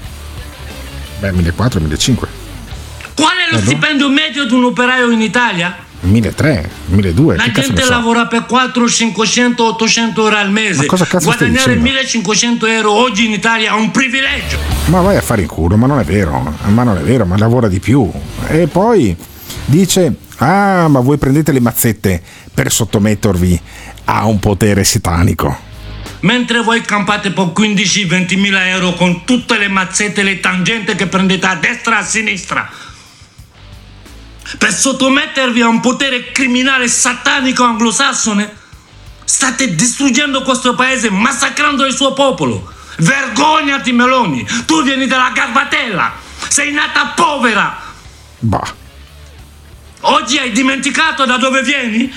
Beh, millequattrocento millecinquecento. Qual è lo Eh, no? stipendio medio di un operaio in Italia? milletrecento, milleduecento. La che cazzo gente ne so? lavora per quattrocento, cinquecento, ottocento euro al mese. Ma cosa cazzo stai Guadagnare dicendo? millecinquecento euro oggi in Italia è un privilegio. Ma vai a fare in culo, ma non è vero, ma non è vero, ma lavora di più. E poi dice, ah, ma voi prendete le mazzette per sottomettervi a un potere satanico. Mentre voi campate per quindici venti mila euro con tutte le mazzette e le tangenti che prendete a destra e a sinistra. Per sottomettervi a un potere criminale satanico anglosassone, state distruggendo questo paese, massacrando il suo popolo. Vergognati Meloni, tu vieni dalla Garbatella, sei nata povera. Bah. Oggi hai dimenticato da dove vieni?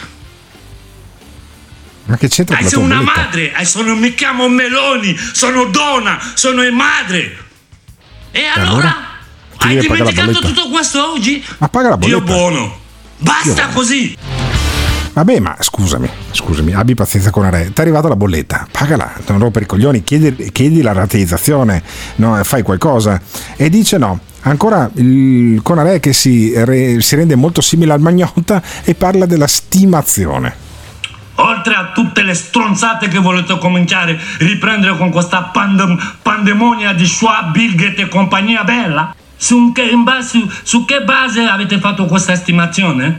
Ma che c'entra con Eh, la sei tua una bolletta? madre, eh, sono, mi chiamo Meloni, sono donna, sono madre. E allora? allora? Ti Hai devi pagare la dimenticato bolletta? tutto questo oggi? Ma paga la Dio bolletta. buono, basta Dio buono. così. Vabbè, ma scusami, scusami, abbi pazienza con Are, ti è arrivata la bolletta, pagala, non rompere i coglioni, chiedi, chiedi la rateizzazione, no, fai qualcosa. E dice no. Ancora il Conarè che si, re, si rende molto simile al Magnotta e parla della stimazione. Oltre a tutte le stronzate che volete cominciare a riprendere con questa pandem- pandemonia di Schwab, Bill Gates e compagnia bella, su che, in base, su che base avete fatto questa stimazione?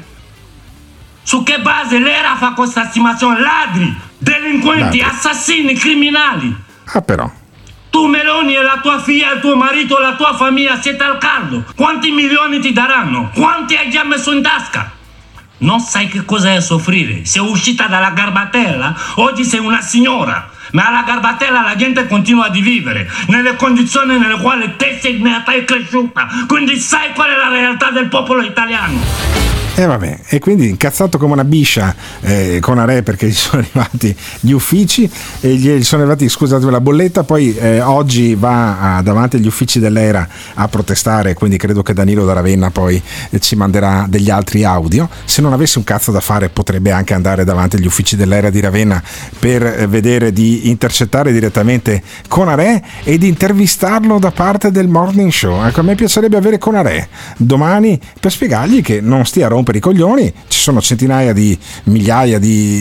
Su che base l'Era fa questa stimazione? Ladri, delinquenti, Ladri. assassini, criminali. Ah però. Tu Meloni e la tua figlia, il tuo marito e la tua famiglia siete al caldo. Quanti milioni ti daranno? Quanti hai già messo in tasca? Non sai che cosa è soffrire. Sei uscita dalla garbatella, oggi sei una signora. Ma alla garbatella la gente continua a vivere nelle condizioni nelle quali te sei nata e cresciuta. Quindi sai qual è la realtà del popolo italiano. E eh vabbè, e quindi incazzato come una biscia eh, con Are perché gli sono arrivati gli uffici e gli sono arrivati, scusate, la bolletta, poi eh, oggi va a, davanti agli uffici dell'Era a protestare, quindi credo che Danilo da Ravenna poi eh, ci manderà degli altri audio. Se non avesse un cazzo da fare potrebbe anche andare davanti agli uffici dell'Era di Ravenna per eh, vedere di intercettare direttamente Conarè e di intervistarlo da parte del Morning Show. Ecco, a me piacerebbe avere Conarè domani per spiegargli che non stia a rompere per i coglioni, ci sono centinaia di migliaia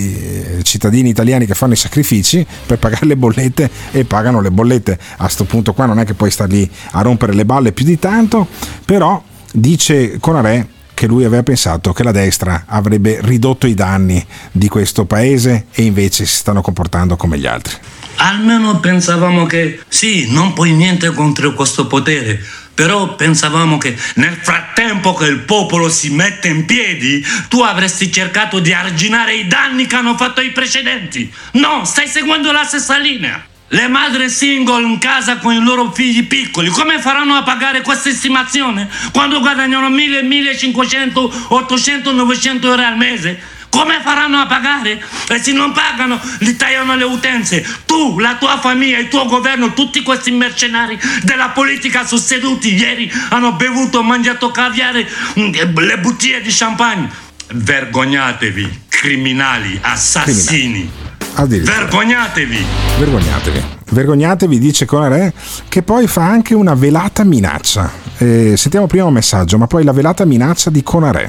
di cittadini italiani che fanno i sacrifici per pagare le bollette e pagano le bollette. A sto punto qua non è che puoi star lì a rompere le balle più di tanto, però dice Conarè che lui aveva pensato che la destra avrebbe ridotto i danni di questo paese e invece si stanno comportando come gli altri. Almeno pensavamo che sì, non puoi niente contro questo potere, però pensavamo che nel frattempo che il popolo si mette in piedi tu avresti cercato di arginare i danni che hanno fatto i precedenti. No, stai seguendo la stessa linea. Le madri single in casa con i loro figli piccoli come faranno a pagare questa estimazione quando guadagnano mille, millecinquecento, ottocento, novecento euro al mese? Come faranno a pagare? E se non pagano, li tagliano le utenze. Tu, la tua famiglia, il tuo governo, tutti questi mercenari della politica susseduti ieri hanno bevuto, mangiato caviare, le bottiglie di champagne. Vergognatevi, criminali, assassini. Criminali. Vergognatevi. Vergognatevi. Vergognatevi, dice Conarè, che poi fa anche una velata minaccia. Eh, sentiamo prima un messaggio, ma poi la velata minaccia di Conarè.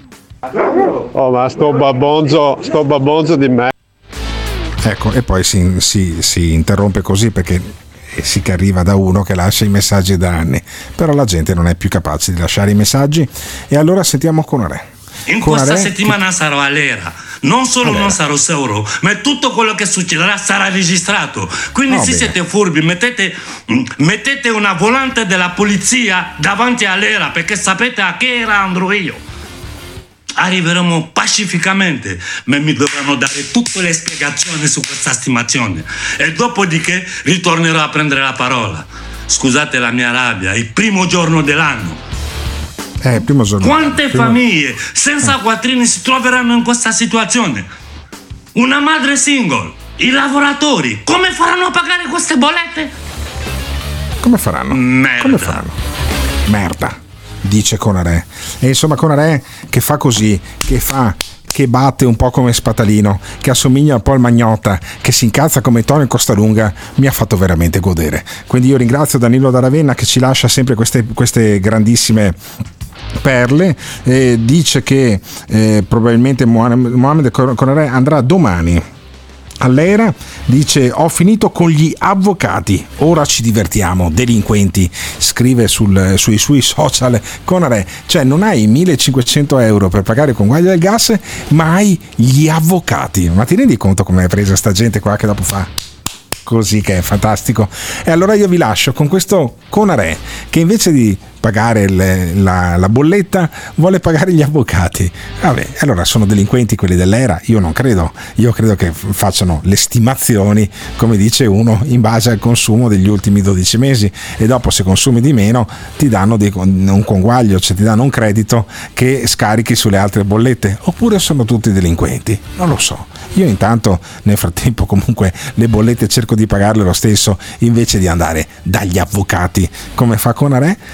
Oh, ma sto babbonzo, sto babbonzo di me. Ecco, e poi si, si, si interrompe così perché si che arriva da uno che lascia i messaggi da anni, però la gente non è più capace di lasciare i messaggi e allora sentiamo Conarè. In Conarè questa settimana che... sarò all'Era, non solo all'era. non sarò solo, ma tutto quello che succederà sarà registrato. Quindi no, se bene. siete furbi mettete, mettete una volante della polizia davanti all'Era perché sapete a che era andrò io. Arriveremo pacificamente, ma mi dovranno dare tutte le spiegazioni su questa stimazione e dopodiché ritornerò a prendere la parola. Scusate la mia rabbia, il primo giorno dell'anno. Eh, primo giorno. Quante primo... famiglie senza quattrini si troveranno in questa situazione? Una madre single, i lavoratori, come faranno a pagare queste bollette? Come faranno? Merda. Come faranno? Merda. Dice Conarè. E insomma Conarè che fa così, che fa, che batte un po' come Spatalino, che assomiglia un po' al Magnotta, che si incazza come Tonio Costalunga, mi ha fatto veramente godere. Quindi io ringrazio Danilo da Ravenna che ci lascia sempre queste, queste grandissime perle. Eh, dice che eh, probabilmente Mohamed Conarè andrà domani all'Era, dice ho finito con gli avvocati, ora ci divertiamo, delinquenti, scrive sul, sui suoi social Conarè, cioè non hai millecinquecento euro per pagare con conguagli del gas ma hai gli avvocati, ma ti rendi conto come è presa sta gente qua che dopo fa così, che è fantastico. E allora io vi lascio con questo Conarè che invece di pagare le, la, la bolletta vuole pagare gli avvocati. Vabbè, allora sono delinquenti quelli dell'Era? Io non credo, io credo che facciano le stimazioni, come dice uno, in base al consumo degli ultimi dodici mesi e dopo se consumi di meno ti danno di, un conguaglio, cioè ti danno un credito che scarichi sulle altre bollette, oppure sono tutti delinquenti, non lo so. Io intanto nel frattempo comunque le bollette cerco di pagarle lo stesso invece di andare dagli avvocati come fa Conarè. E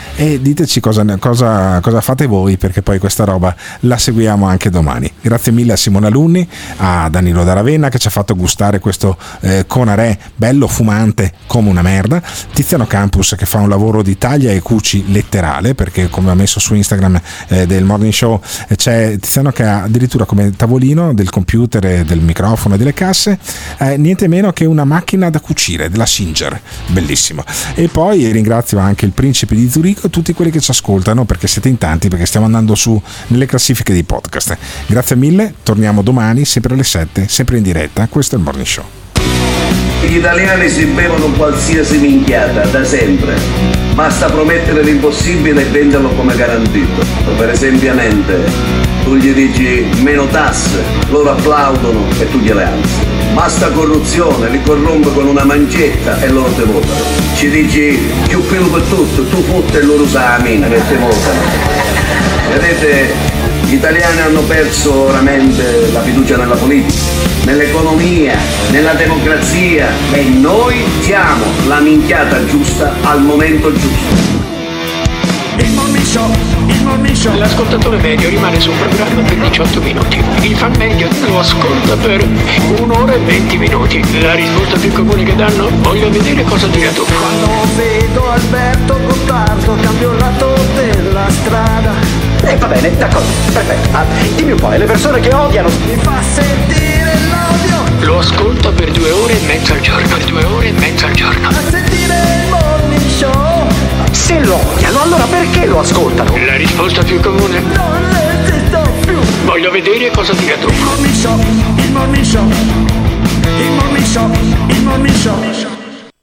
diteci cosa, cosa, cosa fate voi, perché poi questa roba la seguiamo anche domani. Grazie mille a Simone Alunni, a Danilo da Ravenna che ci ha fatto gustare questo eh, Conarè bello fumante come una merda, Tiziano Campus che fa un lavoro di taglia e cuci letterale, perché come ha messo su Instagram eh, del Morning Show eh, c'è Tiziano che ha addirittura come tavolino del computer e del microfono e delle casse eh, niente meno che una macchina da cucire della Singer, bellissimo. E poi ringrazio anche il Principe di Zurigo e tutti quelli che ci ascoltano, perché siete in tanti, perché stiamo andando su nelle classifiche dei podcast. Grazie mille, torniamo domani sempre alle sette, sempre in diretta. Questo è il Morning Show. Gli italiani si bevono qualsiasi minchiata da sempre, basta promettere l'impossibile e venderlo come garantito. Per esempio, tu gli dici meno tasse, loro applaudono e tu gliele alzi. Basta corruzione, li corrompe con una mancetta e loro te votano. Ci dici più pelo per tutto, tu fotte e loro usa la mina che te votano. Vedete, gli italiani hanno perso veramente la fiducia nella politica, nell'economia, nella democrazia, e noi siamo la minchiata giusta al momento giusto. Il Morning Show, il Morning Show. L'ascoltatore medio rimane sul programma per diciotto minuti. Il fan medio lo ascolta per un'ora e venti minuti. La risposta più comune che danno: voglio vedere cosa dirà tu. Quando vedo Alberto Gottardo cambio il lato della strada. Eh va bene, d'accordo, perfetto. Ah, dimmi un po', le persone che odiano Mi fa sentire l'odio. Lo ascolta per due ore e mezza al giorno. Per due ore e mezza al giorno. A sentire il Morning Show. Se lo odiano, allora perché lo ascoltano? La risposta più comune: non esisto più. Voglio vedere cosa dirà tu. Il Morning Show, il Morning Show, il Morning Show, il Morning Show.